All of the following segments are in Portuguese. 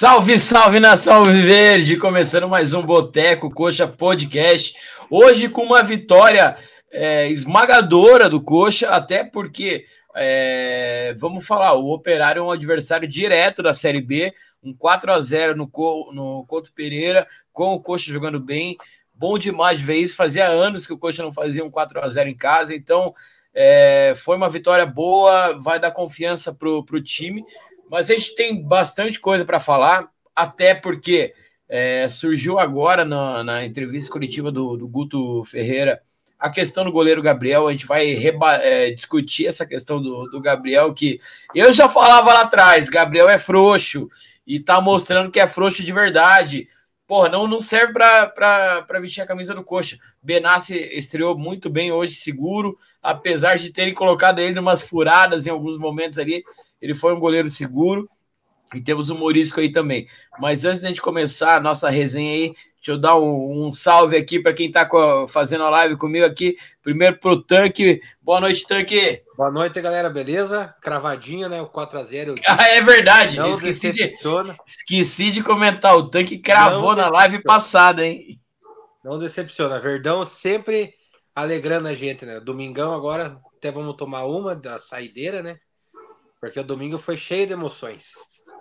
Salve, salve, nação Verde! Começando mais um Boteco Coxa Podcast. Hoje com uma vitória esmagadora do Coxa, até porque, vamos falar, o Operário é um adversário direto da Série B, um 4-0 no Couto Pereira, com o Coxa jogando bem. Bom demais ver isso, fazia anos que o Coxa não fazia um 4-0 em casa, então foi uma vitória boa, vai dar confiança pro time. Mas a gente tem bastante coisa para falar, até porque surgiu agora na entrevista coletiva do Guto Ferreira a questão do goleiro Gabriel. A gente vai discutir essa questão do Gabriel, que eu já falava lá atrás, Gabriel é frouxo, e tá mostrando que é frouxo de verdade. Porra, não serve para vestir a camisa do Coxa. Benassi estreou muito bem hoje, seguro, apesar de terem colocado ele em umas furadas em alguns momentos ali. Ele foi um goleiro seguro. E temos o Morisco aí também. Mas antes de a gente começar a nossa resenha aí, deixa eu dar um salve aqui para quem está fazendo a live comigo aqui. Primeiro pro Tanque. Boa noite, Tanque. Boa noite, galera. Beleza? Cravadinha, né? O 4-0. Ah, é verdade. Não Esqueci de comentar. O Tanque cravou na live passada, hein? Não decepciona. Verdão sempre alegrando a gente, né? Domingão agora até vamos tomar uma da saideira, né? Porque o domingo foi cheio de emoções.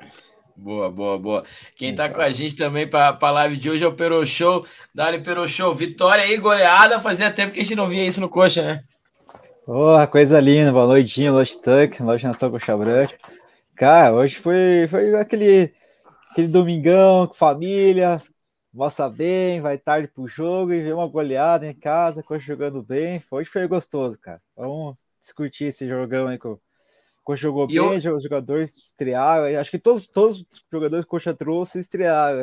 Boa. Quem tá com a gente também para a live de hoje é o Pero Show. Dali, Pero Show. Vitória aí, goleada. Fazia tempo que a gente não via isso no Coxa, né? Oh, coisa linda. Boa noitinha, noite Tanque, noite Nação Coxa Branca. Cara, hoje foi aquele domingão com família, moça bem, vai tarde pro jogo e ver uma goleada em casa, Coxa jogando bem. Hoje foi gostoso, cara. Vamos discutir esse jogão aí com Coxa jogou bem, os jogadores estrearam. Acho que todos os jogadores que o Coxa trouxe estrearam.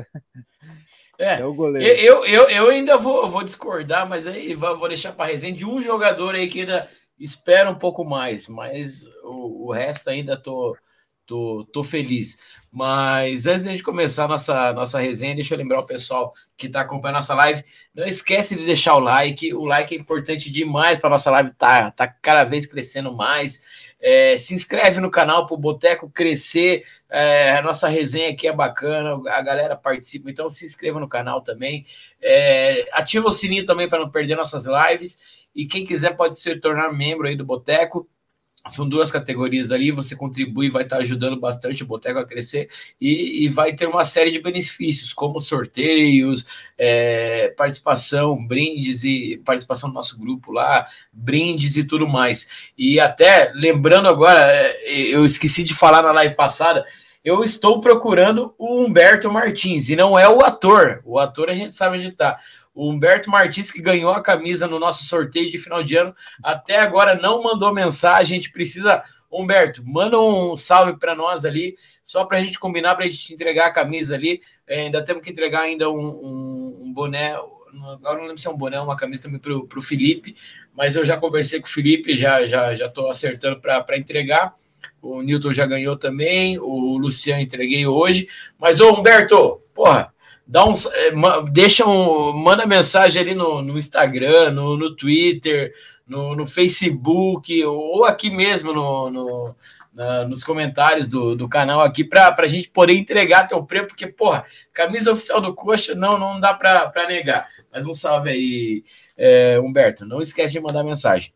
O goleiro. Eu ainda vou discordar, mas aí vou deixar para resenha de um jogador aí que ainda espera um pouco mais, mas o resto ainda tô feliz. Mas antes de a gente começar a nossa resenha, deixa eu lembrar o pessoal que está acompanhando nossa live, não esquece de deixar o like é importante demais para nossa live tá cada vez crescendo mais. Se inscreve no canal para o Boteco crescer, a nossa resenha aqui é bacana, a galera participa, então se inscreva no canal também, ativa o sininho também para não perder nossas lives, e quem quiser pode se tornar membro aí do Boteco. São duas categorias ali, você contribui, vai estar ajudando bastante o Boteco a crescer e vai ter uma série de benefícios, como sorteios, participação, brindes e participação do nosso grupo lá, brindes e tudo mais. E até, lembrando agora, eu esqueci de falar na live passada, eu estou procurando o Humberto Martins, e não é o ator a gente sabe onde está. O Humberto Martins, que ganhou a camisa no nosso sorteio de final de ano, até agora não mandou mensagem. A gente precisa... Humberto, manda um salve para nós ali, só para a gente combinar, para a gente entregar a camisa ali. Ainda temos que entregar ainda um boné, agora não lembro se é um boné ou uma camisa também para o Felipe, mas eu já conversei com o Felipe, já estou acertando para entregar. O Newton já ganhou também, o Luciano entreguei hoje. Mas, Humberto, porra, manda mensagem ali no Instagram, no Twitter, no Facebook, ou aqui mesmo nos comentários do canal aqui, para a gente poder entregar teu prêmio, porque, porra, camisa oficial do Coxa não dá para negar. Mas um salve aí, Humberto, não esquece de mandar mensagem.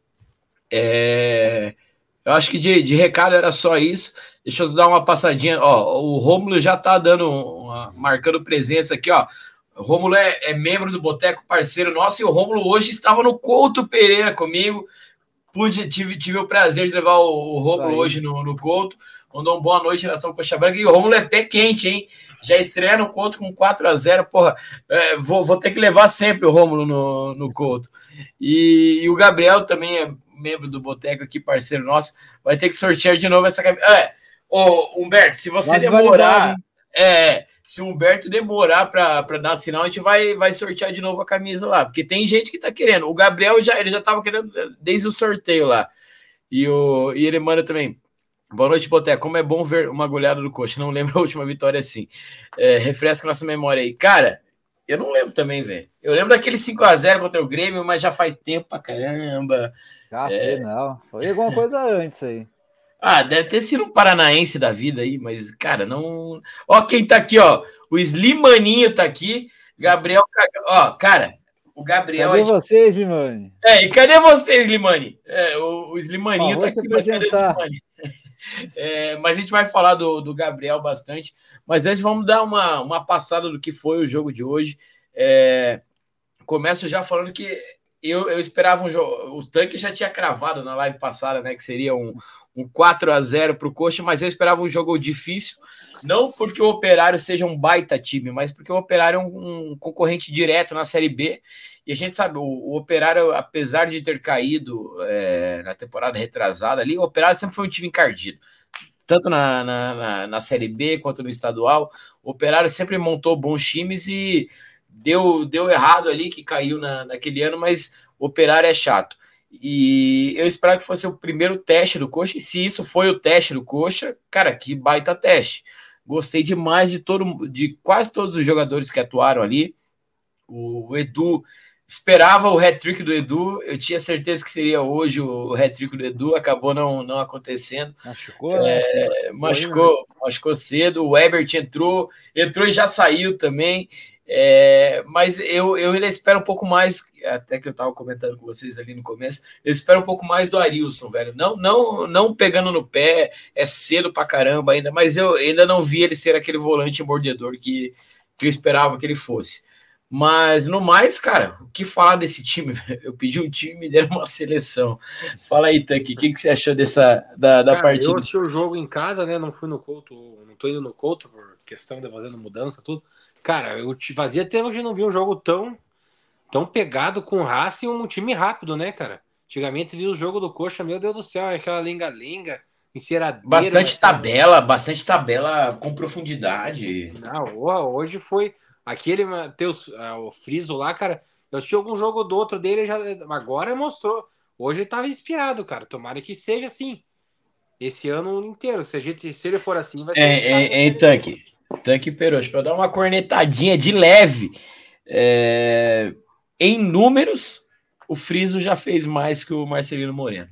Eu acho que de recado era só isso. Deixa eu dar uma passadinha. O Rômulo já tá marcando presença aqui, ó. O Rômulo é membro do Boteco, parceiro nosso, e o Rômulo hoje estava no Couto Pereira comigo. Tive o prazer de levar o Rômulo hoje no Couto. Mandou uma boa noite, nação Coxa Branca. E o Rômulo é pé quente, hein? Já estreia no Couto com 4-0. Porra, vou ter que levar sempre o Rômulo no Couto. E o Gabriel também é membro do Boteco aqui, parceiro nosso. Vai ter que sortear de novo essa camisa. Humberto, se você demorar... se o Humberto demorar para dar sinal, a gente vai sortear de novo a camisa lá, porque tem gente que tá querendo. O Gabriel ele já tava querendo desde o sorteio lá. E ele manda também. Boa noite, Boteco. Como é bom ver uma goleada do Coxa. Não lembro a última vitória assim. Refresca nossa memória aí. Cara, eu não lembro também, velho. Eu lembro daquele 5-0 contra o Grêmio, mas já faz tempo pra caramba. Sei não. Foi alguma coisa antes aí. Ah, deve ter sido um paranaense da vida aí, mas, cara, não... Ó quem tá aqui, ó. O Slimaninho tá aqui. Gabriel... Ó, cara, o Gabriel... Cadê vocês, Slimani? E cadê vocês, Slimani? O Slimaninho tá aqui, mas cadê o Slimani? Mas a gente vai falar do Gabriel bastante. Mas antes, vamos dar uma passada do que foi o jogo de hoje. Começo já falando que eu esperava um jogo... O Tanque já tinha cravado na live passada, né? Que seria um 4-0 para o Coxa, mas eu esperava um jogo difícil, não porque o Operário seja um baita time, mas porque o Operário é um concorrente direto na Série B, e a gente sabe, o Operário, apesar de ter caído na temporada retrasada ali, o Operário sempre foi um time encardido, tanto na Série B quanto no estadual. O Operário sempre montou bons times e deu errado ali, que caiu naquele ano, mas o Operário é chato. E eu esperava que fosse o primeiro teste do Coxa, e se isso foi o teste do Coxa, cara, que baita teste. Gostei demais de quase todos os jogadores que atuaram ali. O Edu, esperava o hat-trick do Edu, eu tinha certeza que seria hoje o hat-trick do Edu, acabou não acontecendo. Machucou, né? Machucou cedo, o Ebert entrou e já saiu também. Mas eu ainda espero um pouco mais, até que eu estava comentando com vocês ali no começo, eu espero um pouco mais do Arilson, velho, não pegando no pé, é cedo pra caramba ainda, mas eu ainda não vi ele ser aquele volante mordedor que eu esperava que ele fosse. Mas no mais, cara, o que falar desse time? Eu pedi um time e me deram uma seleção. Fala aí, Tanque, o que você achou da partida? Eu assisti o jogo em casa, né? Não fui no Couto, não tô indo no Couto por questão de fazendo mudança, tudo. Cara, eu fazia tempo que não vi um jogo tão pegado com raça e um time rápido, né, cara? Antigamente vi o jogo do Coxa, meu Deus do céu, aquela lenga-lenga, enceradeira. Bastante tabela com profundidade. Não, hoje foi aquele o Friso lá, cara. Eu assisti algum jogo do outro dele, agora mostrou. Hoje ele tava inspirado, cara. Tomara que seja assim. Esse ano inteiro. Se ele for assim, vai ser. Tanque Peroxa, para dar uma cornetadinha de leve, em números, o Friso já fez mais que o Marcelino Moreno.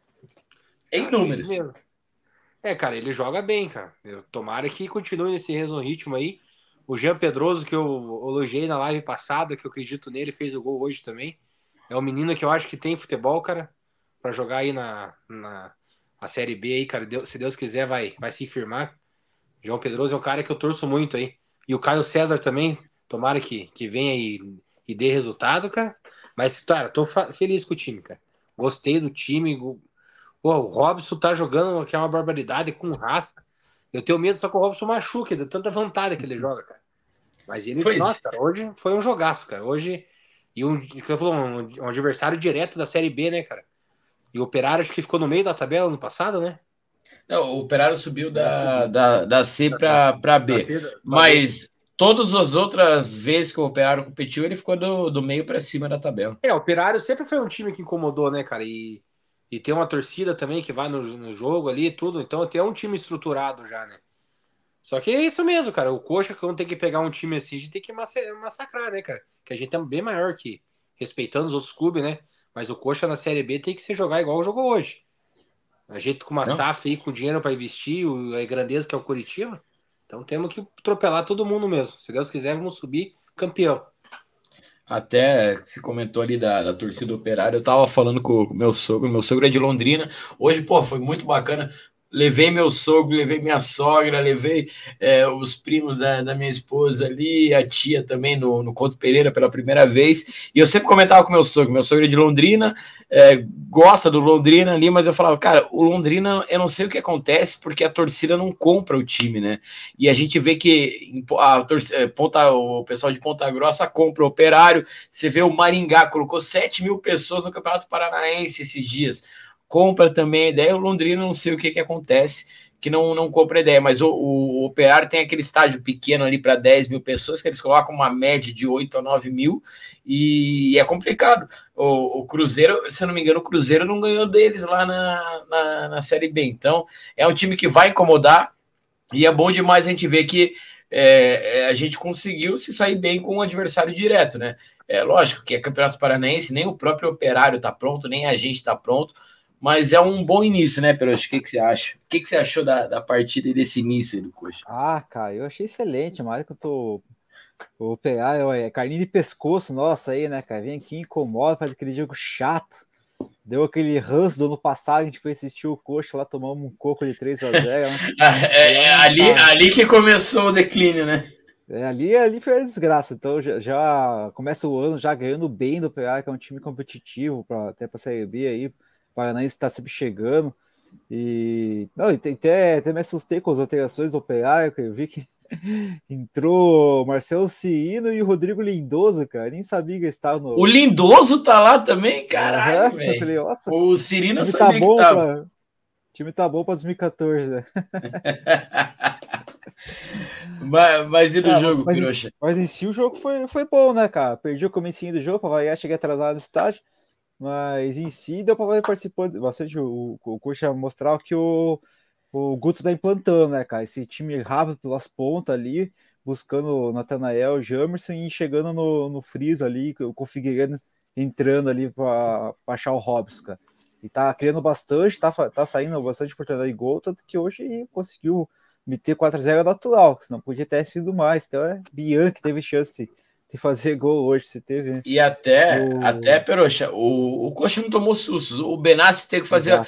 Em números. Cara, ele joga bem, cara. Tomara que continue nesse mesmo ritmo aí. O Jean Pedroso, que eu elogiei na live passada, que eu acredito nele, fez o gol hoje também. É um menino que eu acho que tem futebol, cara, para jogar aí na Série B aí, cara. Se Deus quiser, vai se firmar. João Pedroso é um cara que eu torço muito aí. E o Caio César também, tomara que venha e dê resultado, cara. Mas, cara, tô feliz com o time, cara. Gostei do time. O Robson tá jogando, que é uma barbaridade, com raça. Eu tenho medo só que o Robson machuque, de tanta vontade que ele joga, cara. Mas ele, cara, hoje foi um jogaço, cara. Hoje, um adversário direto da Série B, né, cara? E o Operário acho que ficou no meio da tabela no passado, né? Não, o Operário subiu da C para B. Mas todas as outras vezes que o Operário competiu, ele ficou do meio para cima da tabela. O Operário sempre foi um time que incomodou, né, cara? E tem uma torcida também que vai no jogo ali e tudo. Então tem um time estruturado já, né? Só que é isso mesmo, cara. O Coxa, quando tem que pegar um time assim, a gente tem que massacrar, né, cara? Que a gente é bem maior que, respeitando os outros clubes, né? Mas o Coxa na Série B tem que se jogar igual jogou hoje. A gente com uma SAF aí, com dinheiro para investir, a grandeza que é o Curitiba. Então temos que atropelar todo mundo mesmo. Se Deus quiser, vamos subir campeão. Até se comentou ali da torcida Operária, eu tava falando com o meu sogro é de Londrina. Hoje, foi muito bacana. Levei meu sogro, levei minha sogra, levei os primos da minha esposa ali, a tia também no Couto Pereira pela primeira vez. E eu sempre comentava com meu sogro é de Londrina, gosta do Londrina ali, mas eu falava, cara, o Londrina, eu não sei o que acontece, porque a torcida não compra o time, né? E a gente vê que o pessoal de Ponta Grossa compra o Operário. Você vê o Maringá, colocou 7 mil pessoas no Campeonato Paranaense esses dias. Compra também a ideia. O Londrina, não sei o que acontece, que não compra a ideia, mas o Operário tem aquele estádio pequeno ali para 10 mil pessoas, que eles colocam uma média de 8 a 9 mil, e é complicado. O Cruzeiro, se eu não me engano, o Cruzeiro não ganhou deles lá na Série B, então é um time que vai incomodar, e é bom demais a gente ver que a gente conseguiu se sair bem com um adversário direto, né? Lógico que é Campeonato Paranaense, nem o próprio Operário está pronto, nem a gente está pronto, Mas é um bom início, né, Peroxa? O que você acha? O que você achou da partida e desse início aí do Coxa? Cara, eu achei excelente. Mas que eu tô. Vou pegar, é carninha de pescoço, nossa, aí, né, cara? Vem aqui, incomoda, faz aquele jogo chato. Deu aquele ranço do ano passado, a gente foi assistir o Coxa lá, tomamos um coco de 3-0, né? Ali que começou o declínio, né? Ali foi a desgraça. Então já começa o ano já ganhando bem do PA, que é um time competitivo, até para a Série B aí. O Paranaense está sempre chegando. E até me assustei com as alterações do PA, eu vi que entrou o Marcelo Cirino e o Rodrigo Lindoso, cara. Nem sabia que estava no. O Lindoso tá lá também, caralho, velho. Falei, nossa, o Cirino time sabia tá bom que tava. O time tá bom para 2014, né? Mas e do jogo, Piroxa? Mas em si o jogo foi bom, né, cara? Perdi o comecinho do jogo, para variar, cheguei atrasado no estádio. Mas em si deu para participar bastante. O Coxa mostrar que o Guto tá implantando, né, cara? Esse time rápido pelas pontas ali, buscando o Natanael, Jamerson e chegando no freeze ali, com o Figueiredo entrando ali para achar o Robson, cara. E tá criando bastante, tá saindo bastante oportunidade de gol, tanto que hoje conseguiu meter 4-0 natural, senão podia ter sido mais. Então Bianchi teve chance de fazer gol hoje, você teve, né? E até Peroxa, o Coxa não tomou sustos. O Benassi teve que fazer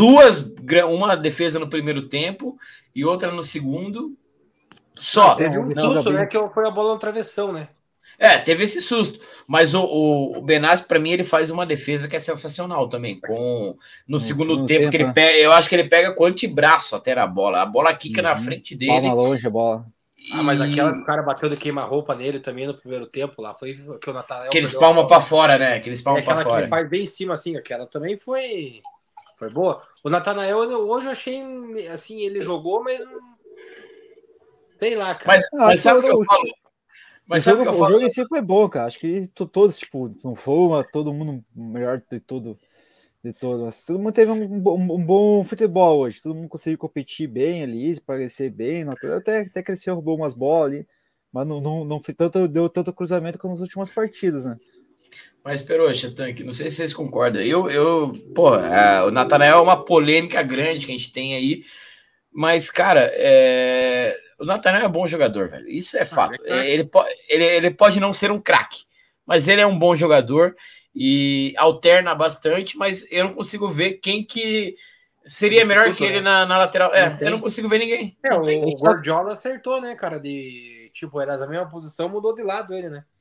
uma defesa no primeiro tempo e outra no segundo. Só. Teve um susto, né? Que foi a bola no travessão, né? Teve esse susto. Mas o Benassi, para mim, ele faz uma defesa que é sensacional também. No segundo tempo, que ele pega, eu acho que ele pega com o antebraço até a bola. A bola quica na frente dele. Palma longe a bola. Mas aquela que o cara bateu de queima-roupa nele também no primeiro tempo lá, foi que o Natanael... Aqueles palmas pra fora, né? Aqueles palmas pra fora. Aquela que ele faz bem em cima, assim, aquela também foi boa. O Natanael, hoje eu achei, assim, ele jogou, mas... Sei lá, cara. Mas sabe o que eu falo? Mas sabe o que eu falo? O jogo em si foi bom, cara. Acho que todos, tipo, não foi todo mundo melhor de todo. Mas todo mundo teve um bom futebol hoje. Todo mundo conseguiu competir bem ali, parecer bem. Até cresceu, roubou umas bolas ali. Mas não foi deu tanto cruzamento como nas últimas partidas, né? Mas, Peroxa, Tanque, não sei se vocês concordam. O Natanael é uma polêmica grande que a gente tem aí. Mas, cara, o Natanael é bom jogador, velho. Isso é fato. Ele pode não ser um craque, mas ele é um bom jogador e alterna bastante, mas eu não consigo ver quem que seria melhor que ele na lateral. Eu não consigo ver ninguém. O Guardiola acertou, né, cara? Era a mesma posição, mudou de lado ele, né?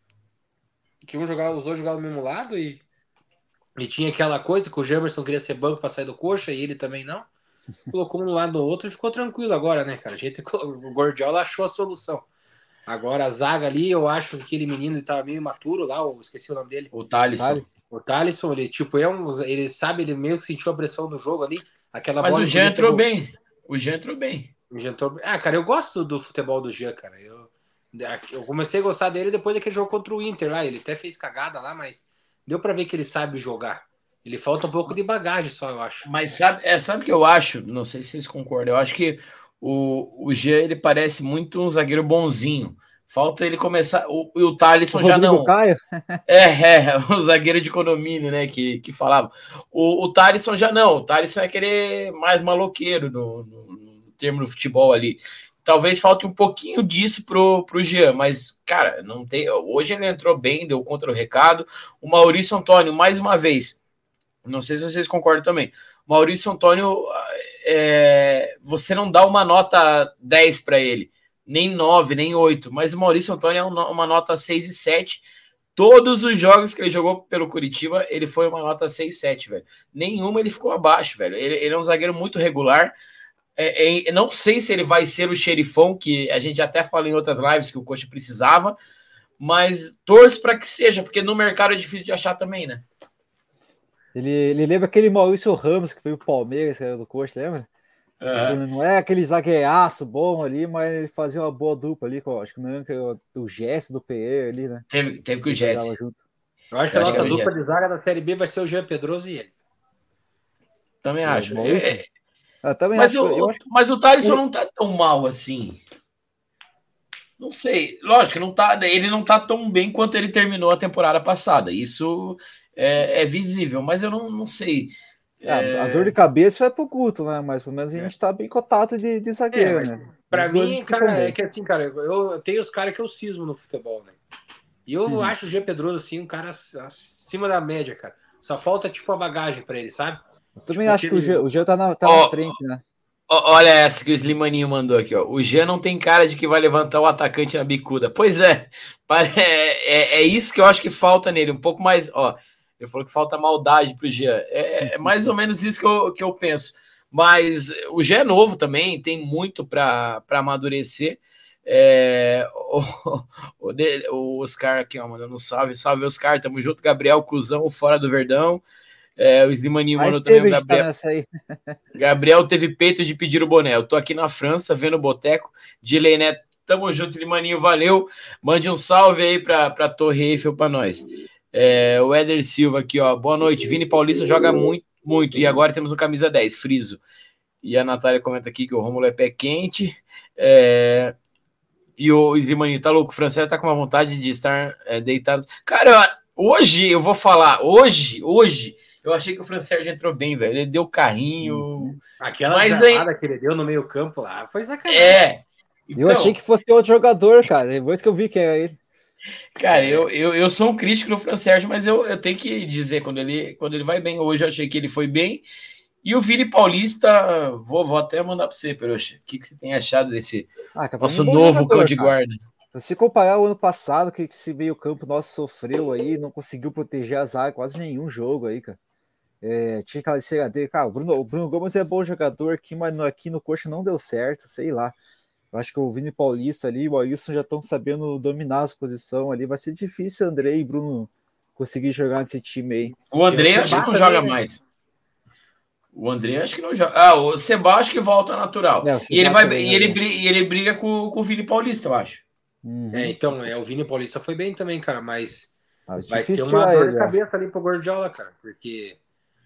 Que os dois jogavam do mesmo lado e tinha aquela coisa que o Jamerson queria ser banco para sair do Coxa e ele também não. Colocou um lado do outro e ficou tranquilo agora, né, cara? O Guardiola achou a solução. Agora a zaga ali, eu acho que aquele menino ele tava meio imaturo lá, eu esqueci o nome dele. O Thalisson. O Thalisson, ele sabe, ele meio que sentiu a pressão do jogo ali. Mas o Jean entrou bem. O Jean entrou bem. Cara, eu gosto do futebol do Jean, cara. Eu comecei a gostar dele depois daquele jogo contra o Inter lá. Ele até fez cagada lá, mas deu pra ver que ele sabe jogar. Ele falta um pouco de bagagem só, eu acho. Mas sabe o que eu acho? Não sei se vocês concordam. Eu acho que o Jean, ele parece muito um zagueiro bonzinho. Falta ele começar... O Thalisson já não. Caio? O zagueiro de condomínio, né? Que falava. O Thalisson já não. O Thalisson é aquele mais maloqueiro no termo do futebol ali. Talvez falte um pouquinho disso pro Jean, mas, cara, não tem. Hoje ele entrou bem, deu contra o recado. O Maurício Antônio, mais uma vez, não sei se vocês concordam também. Maurício Antônio, você não dá uma nota 10 para ele, nem 9, nem 8, mas o Maurício Antônio é uma nota 6 e 7. Todos os jogos que ele jogou pelo Curitiba, ele foi uma nota 6 e 7, velho. Nenhuma ele ficou abaixo, velho. Ele é um zagueiro muito regular. Não sei se ele vai ser o xerifão, que a gente até falou em outras lives que o Coxa precisava, mas torço para que seja, porque no mercado é difícil de achar também, né? Ele lembra aquele Maurício Ramos que foi o Palmeiras, que era do Coxa, lembra? Não é aquele zagueiraço bom ali, mas ele fazia uma boa dupla ali, acho que não lembro do Jesse, do PE ali, né? Teve com o Jesse. Eu acho que a nossa dupla de zaga da Série B vai ser o Jean Pedroso e ele. Também acho. Acho. Mas o Thalisson não tá tão mal assim. Não sei. Lógico, ele não tá tão bem quanto ele terminou a temporada passada. Isso é visível, mas eu não sei A dor de cabeça vai pro Guto, né? Mas pelo menos a gente tá bem cotado de zagueiro, né? Pra mim, cara, é que assim, cara, eu tenho os caras que eu cismo no futebol, né? E eu acho o Jean Pedroso, assim, um cara acima da média, cara. Só falta, tipo, a bagagem pra ele, sabe? Eu também acho que o Jean tá na frente, né? Olha essa que o Slimaninho mandou aqui, ó. O Jean não tem cara de que vai levantar o atacante na bicuda. Pois é. É isso que eu acho que falta nele. Um pouco mais, ó. Ele falou que falta maldade pro Jean. É mais ou menos isso que eu penso. Mas o Jean é novo também, tem muito para amadurecer. O Oscar aqui, ó, mandando um salve. Salve, Oscar. Tamo junto. Gabriel Cusão, fora do Verdão. O Slimaninho mandou também o Gabriel. Gabriel teve peito de pedir o boné. Eu tô aqui na França vendo o Boteco. Dilei Neto, tamo junto, Slimaninho, valeu. Mande um salve aí pra Torre Eiffel pra nós. O Éder Silva aqui, ó. Boa noite. Vini Paulista joga muito, muito. E agora temos um camisa 10, Friso. E a Natália comenta aqui que o Rômulo é pé quente. E o Slimaninho, tá louco? O francês tá com uma vontade de estar deitado. Cara, hoje eu vou falar. Hoje. Eu achei que o Fran Sérgio entrou bem, velho. Ele deu carrinho. Aquela jogada que ele deu no meio campo lá foi sacanagem. Então, eu achei que fosse outro jogador, cara. Depois que eu vi que era ele. Cara, eu sou um crítico do Fran Sérgio, mas eu tenho que dizer, quando ele vai bem, hoje eu achei que ele foi bem. E o Vini Paulista, vou até mandar para você, Peroxa. O que você tem achado desse nosso novo cão de guarda? Se comparar o ano passado, que esse meio campo nosso sofreu aí, não conseguiu proteger a zaga quase nenhum jogo aí, cara. Tinha aquela CAD, cara, o Bruno Gomes é bom jogador aqui, mas aqui no Coxa não deu certo, sei lá. Eu acho que o Vini Paulista ali, o Alisson já estão sabendo dominar as posições ali. Vai ser difícil André e Bruno conseguir jogar nesse time aí. O André acho que não joga mais. O André acho que não joga. O Seba acho que volta natural. E ele briga com o Vini Paulista, eu acho. Então, o Vini Paulista foi bem também, cara, mas vai ter uma dor de cabeça ali pro Gordiola, cara, porque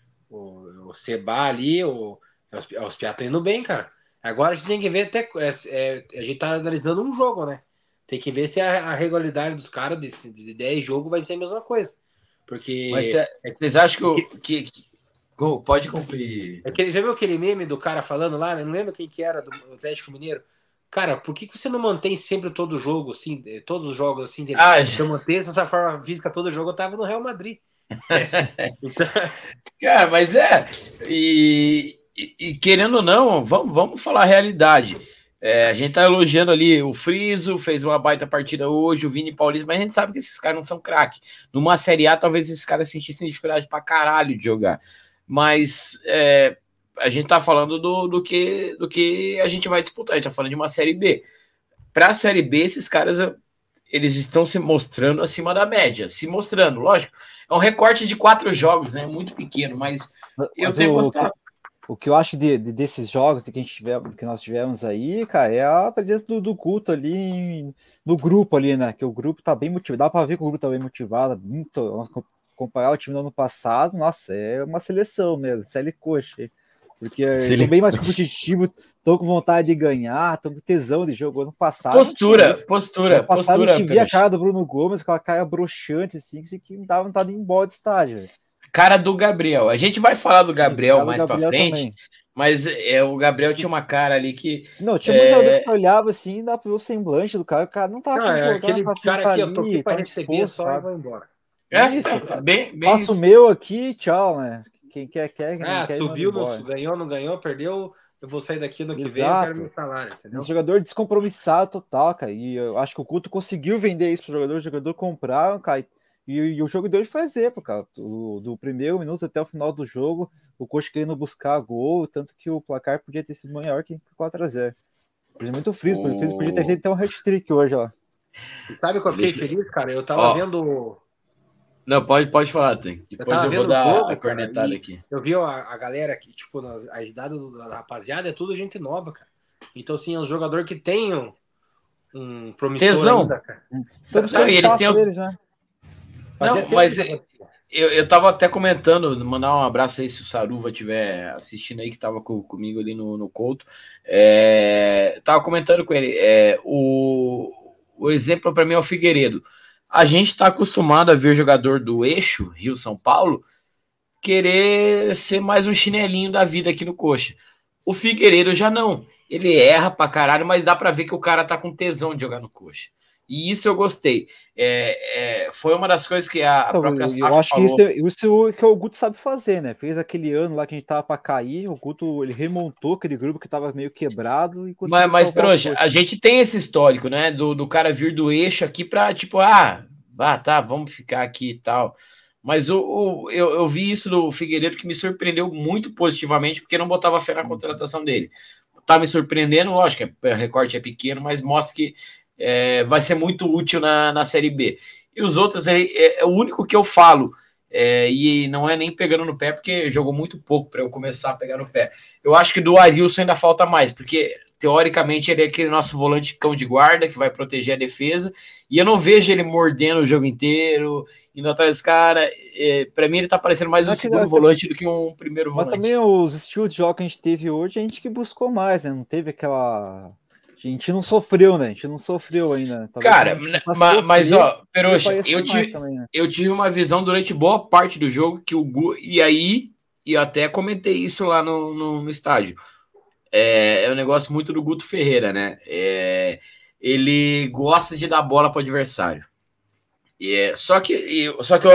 o Seba ali, os Piá tá indo bem, cara. Agora a gente tem que ver até. A gente tá analisando um jogo, né? Tem que ver se a regularidade dos caras de 10 jogos vai ser a mesma coisa. Porque. Mas vocês acham que pode cumprir? Já viu aquele meme do cara falando lá? Não lembro quem que era, do Atlético Mineiro. Cara, por que você não mantém sempre todo jogo, assim, todos os jogos assim? Se eu mantesse essa forma física todo jogo, eu tava no Real Madrid. Então... Cara, mas E querendo ou não, vamos falar a realidade. A gente tá elogiando ali o Friso, fez uma baita partida hoje, o Vini Paulista, mas a gente sabe que esses caras não são craque. Numa Série A, talvez esses caras sentissem dificuldade pra caralho de jogar. Mas a gente tá falando do que a gente vai disputar. A gente tá falando de uma Série B. Pra Série B, esses caras, eles estão se mostrando acima da média. Se mostrando, lógico. É um recorte de 4 jogos, né? Muito pequeno, mas eu tenho gostado. O que eu acho desses jogos que nós tivemos aí, cara, é a presença do Guto ali no grupo ali, né? Que o grupo tá bem motivado. Dá pra ver que o grupo tá bem motivado. Comparar o time do ano passado, nossa, é uma seleção mesmo, série coxa. Porque estão bem mais competitivo, estão com vontade de ganhar, estão com tesão de jogo. Ano passado. Postura. Ano passado eu vi a cara do Bruno Gomes, aquela cara broxante, assim, que não dava vontade de ir embora de estádio. Véio. Cara do Gabriel. A gente vai falar do Gabriel mais pra frente, também. Mas o Gabriel tinha uma cara ali que. Não, tinha um jogador que você olhava assim, dá pra ver o semblante do cara, o cara não tava jogando. Aquele cara aqui, eu tô aqui pra receber só e vai embora. Isso, bem faço o meu aqui, tchau, né? Quem quer, quem não quer. Subiu, ganhou, não ganhou, perdeu. Eu vou sair daqui no que vem, eu quero meu salário, entendeu? Esse jogador descompromissado total, cara. E eu acho que o Couto conseguiu vender isso pro jogador, o jogador comprar, cara. E o jogo de hoje foi exemplo, cara. Do primeiro minuto até o final do jogo, o Coxa querendo buscar gol, tanto que o placar podia ter sido maior que 4-0. Muito frisco, ele podia ter feito até um hat-trick hoje, ó. Sabe que eu fiquei feliz, cara? Eu tava vendo. Não, pode falar, tem. Depois eu vou dar a cornetada aqui. Eu vi a galera aqui, tipo, as idades da rapaziada é tudo gente nova, cara. Então, assim, é um jogador que tem um promissor tesão. Ainda, cara. Não, e eles têm deles, né? Não, mas eu tava até comentando, mandar um abraço aí se o Saruva estiver assistindo aí, que tava comigo ali no Couto. Tava comentando com ele. O exemplo para mim é o Figueiredo. A gente tá acostumado a ver jogador do eixo, Rio-São Paulo, querer ser mais um chinelinho da vida aqui no Coxa. O Figueiredo já não. Ele erra pra caralho, mas dá pra ver que o cara tá com tesão de jogar no Coxa. E isso eu gostei. Foi uma das coisas que a própria SAF falou. Eu acho que isso que o Guto sabe fazer, né? Fez aquele ano lá que a gente tava pra cair, o Guto ele remontou aquele grupo que tava meio quebrado e conseguiu. Mas Peroxa, a gente tem esse histórico, né? Do cara vir do eixo aqui pra, tipo, tá, vamos ficar aqui e tal. Mas eu vi isso do Figueiredo que me surpreendeu muito positivamente, porque não botava fé na contratação dele. Tá me surpreendendo, lógico, o recorte é pequeno, mas mostra que vai ser muito útil na Série B. E os outros, é o único que eu falo, e não é nem pegando no pé, porque jogou muito pouco para eu começar a pegar no pé. Eu acho que do Arilson ainda falta mais, porque teoricamente ele é aquele nosso volante cão de guarda que vai proteger a defesa, e eu não vejo ele mordendo o jogo inteiro, indo atrás dos caras. Para mim ele tá parecendo mais um segundo volante do que um primeiro volante. Mas também os estilos de jogo que a gente teve hoje, a gente que buscou mais, né? Não teve aquela... A gente não sofreu, né? A gente não sofreu ainda. Talvez cara, mas ó, Peroxa, eu tive uma visão durante boa parte do jogo que o Gu... E aí, eu até comentei isso lá no estádio. É um negócio muito do Guto Ferreira, né? Ele gosta de dar bola para o adversário. Só que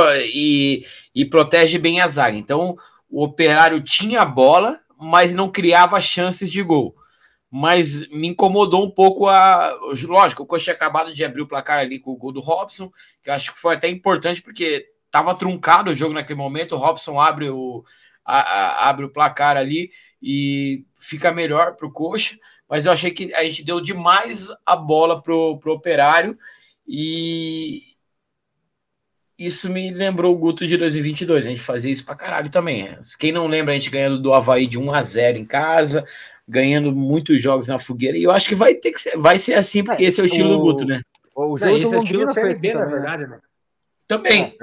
protege bem a zaga. Então, o Operário tinha a bola, mas não criava chances de gol. Mas me incomodou um pouco lógico, o Coxa tinha acabado de abrir o placar ali com o gol do Robson, que eu acho que foi até importante, porque estava truncado o jogo naquele momento, o Robson abre o placar ali e fica melhor para o Coxa, mas eu achei que a gente deu demais a bola pro Operário, e isso me lembrou o Guto de 2022, a gente fazia isso pra caralho também. Quem não lembra, a gente ganhando do Avaí de 1-0 em casa, ganhando muitos jogos na fogueira, e eu acho que vai ser assim, porque esse é o estilo do Guto, né? O jogo do Londrina foi assim, na verdade, né? Também.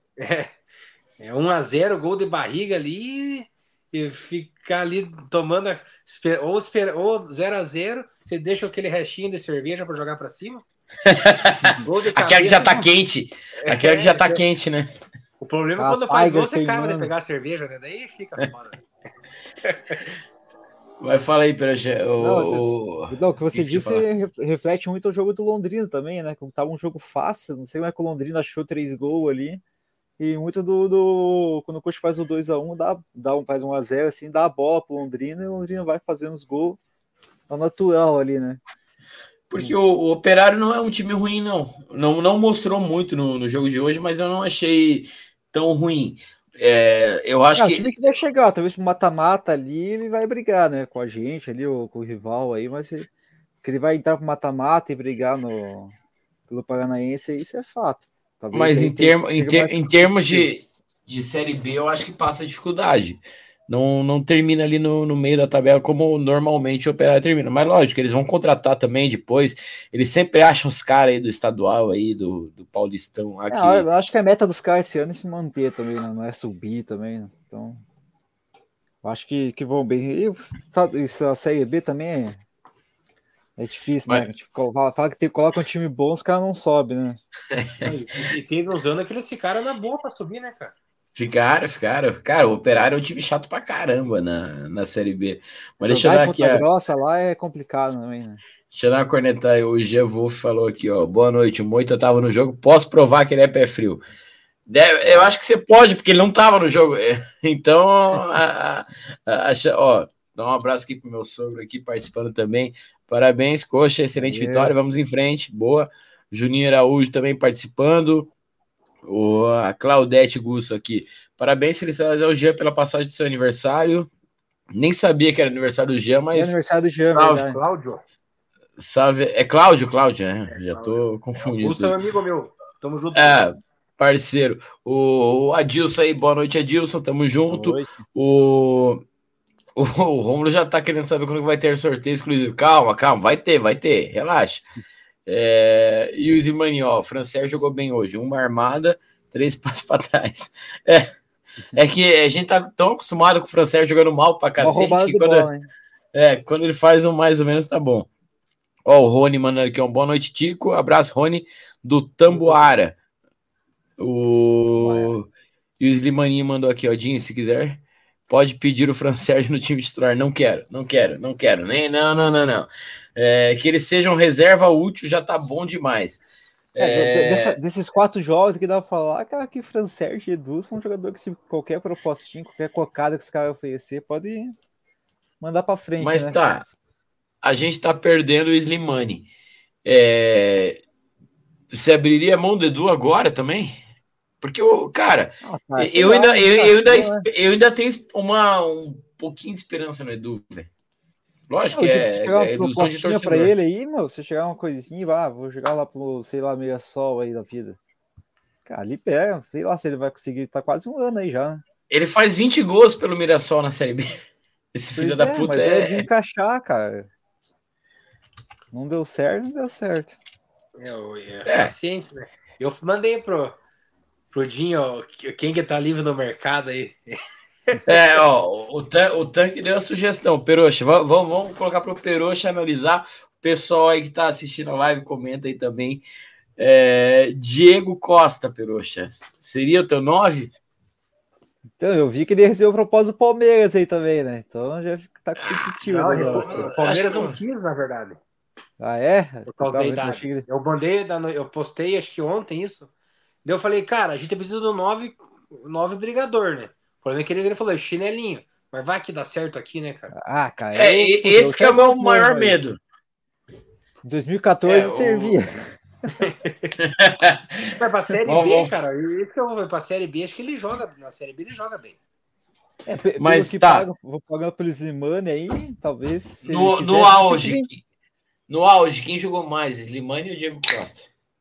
1-0, gol de barriga ali, e ficar ali tomando ou 0-0, você deixa aquele restinho de cerveja para jogar para cima. Aquela que já tá quente. Aquela que já tá quente, né? O problema é quando faz gol, você acaba de pegar a cerveja, né? Daí fica foda. Mas fala aí, Peroxa. O que você disse reflete muito o jogo do Londrina também, né? Como tava um jogo fácil, não sei como é que o Londrina achou 3 gols ali. E muito quando o Coxa faz o 2-1, faz 1-0, assim, dá a bola pro Londrina, e o Londrina vai fazendo os gols ao natural ali, né? Porque o Operário não é um time ruim, não. Não mostrou muito no jogo de hoje, mas eu não achei tão ruim. Eu acho que... O time que vai chegar, talvez pro mata-mata ali, ele vai brigar, né? Com a gente ali, ou com o rival aí, mas que ele vai entrar pro mata-mata e brigar pelo Paranaense, isso é fato. Talvez mas em termos de Série B, eu acho que passa dificuldade. Não termina ali no meio da tabela como normalmente o Operário termina. Mas lógico, eles vão contratar também depois. Eles sempre acham os caras aí do estadual, aí do Paulistão. Aqui. Eu acho que a meta dos caras esse ano é se manter também, não é subir também. Né? Então, eu acho que vão bem. E a Série B também é difícil, né? Tipo, fala que coloca um time bom, os caras não sobem, né? E teve uns anos que eles ficaram na boa pra subir, né, cara? Ficaram. Cara, o Operário é um time chato pra caramba na Série B. Mas deixa eu dar aqui. A grossa lá é complicado também, né? Deixa eu dar uma cornetada aí. O G Wolf falou aqui, ó. Boa noite. O Moita tava no jogo. Posso provar que ele é pé frio. Eu acho que você pode, porque ele não tava no jogo. Então, ó, dá um abraço aqui pro meu sogro aqui participando também. Parabéns, Coxa. Excelente vitória. Vamos em frente. Boa. Juninho Araújo também participando. A Claudete Gusso aqui. Parabéns, felicidades ao Jean pela passagem do seu aniversário. Nem sabia que era aniversário do Jean, mas. É aniversário do Jean, salve, Cláudio. Salve. É Cláudio, né? Já tô confundindo. Augusto é um amigo meu. Tamo junto. Parceiro. O Adilson aí, boa noite, Adilson. Tamo junto. O Rômulo já tá querendo saber quando vai ter sorteio exclusivo. Calma, vai ter, relaxa. E o Zimani, ó, o Francês jogou bem hoje, uma armada, 3 passos para trás. É que a gente tá tão acostumado com o Francês jogando mal pra cacete que quando ele faz um mais ou menos tá bom. Ó, o Rony mandando aqui, boa noite, Tico, abraço, Rony, do Tamboara. E E o Slimaninho mandou aqui, ó, Dinho, se quiser, pode pedir o Fran Sérgio no time titular. Não quero. Nem, não. Que ele seja um reserva útil já tá bom demais. Desses 4 jogos que dá pra falar, cara, que Fran Sérgio e Edu são um jogador que se qualquer propostinha, qualquer cocada que os caras oferecer, pode mandar pra frente, mas né? Tá, a gente tá perdendo o Slimani. Você abriria a mão do Edu agora também? Porque, cara, eu ainda tenho um pouquinho de esperança no Edu, velho. Lógico que é ilusão de torcedor. Pra ele aí, meu, você chegar uma coisinha, vou jogar lá pro, sei lá, Mirassol aí da vida. Cara, libera, sei lá se ele vai conseguir, tá quase um ano aí já, né? Ele faz 20 gols pelo Mirassol na Série B. Esse filho da puta mas é de encaixar, cara. Não deu certo. Paciência, né? Eu mandei pro Dinho, quem que tá livre no mercado aí. O Tanque deu a sugestão. Peroxa, vamos colocar pro Peroxa analisar. O pessoal aí que tá assistindo a live, comenta aí também. Diego Costa, Peroxa, seria o teu 9? Então, eu vi que ele recebeu o propósito do Palmeiras aí também, né? Então já tá competitivo. O Palmeiras não quis, na verdade. Ah, é? Por causa da idade. Eu postei, acho que ontem isso. Daí eu falei, cara, a gente precisa do 9 brigador, né? O problema é que ele falou, chinelinho. Mas vai que dá certo aqui, né, cara? Ah, cara. Esse que é o meu maior medo. Em 2014 servia. Mas pra Série B, cara, isso que eu vou ver pra Série B, acho que ele joga. Na Série B ele joga bem. Mas tá. Vou pagando pelo Slimani aí, talvez. No auge, quem jogou mais, Slimani ou Diego Costa?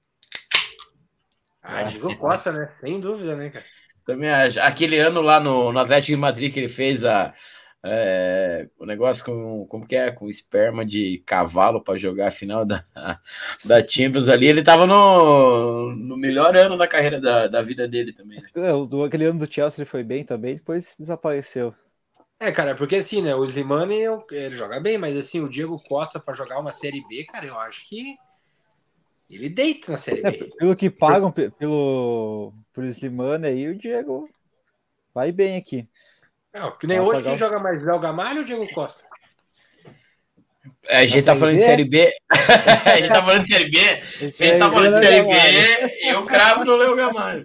Diego Costa, né? Sem dúvida, né, cara? Também acho. Aquele ano lá no Atlético de Madrid que ele fez o negócio com esperma de cavalo para jogar a final da Champions ali, ele tava no melhor ano da carreira da vida dele também, né? Aquele ano do Chelsea ele foi bem também, depois desapareceu. Cara, porque assim, né, o Slimani ele joga bem, mas assim, o Diego Costa para jogar uma Série B, cara, eu acho que ele deita na Série B. Pelo que pagam por Slimani aí, o Diego vai bem aqui. Que nem hoje quem joga mais, Léo Gamalho ou Diego Costa? A gente tá falando de Série B. A gente tá falando de Série B. Você tá falando de Série B, eu cravo no Léo Gamalho.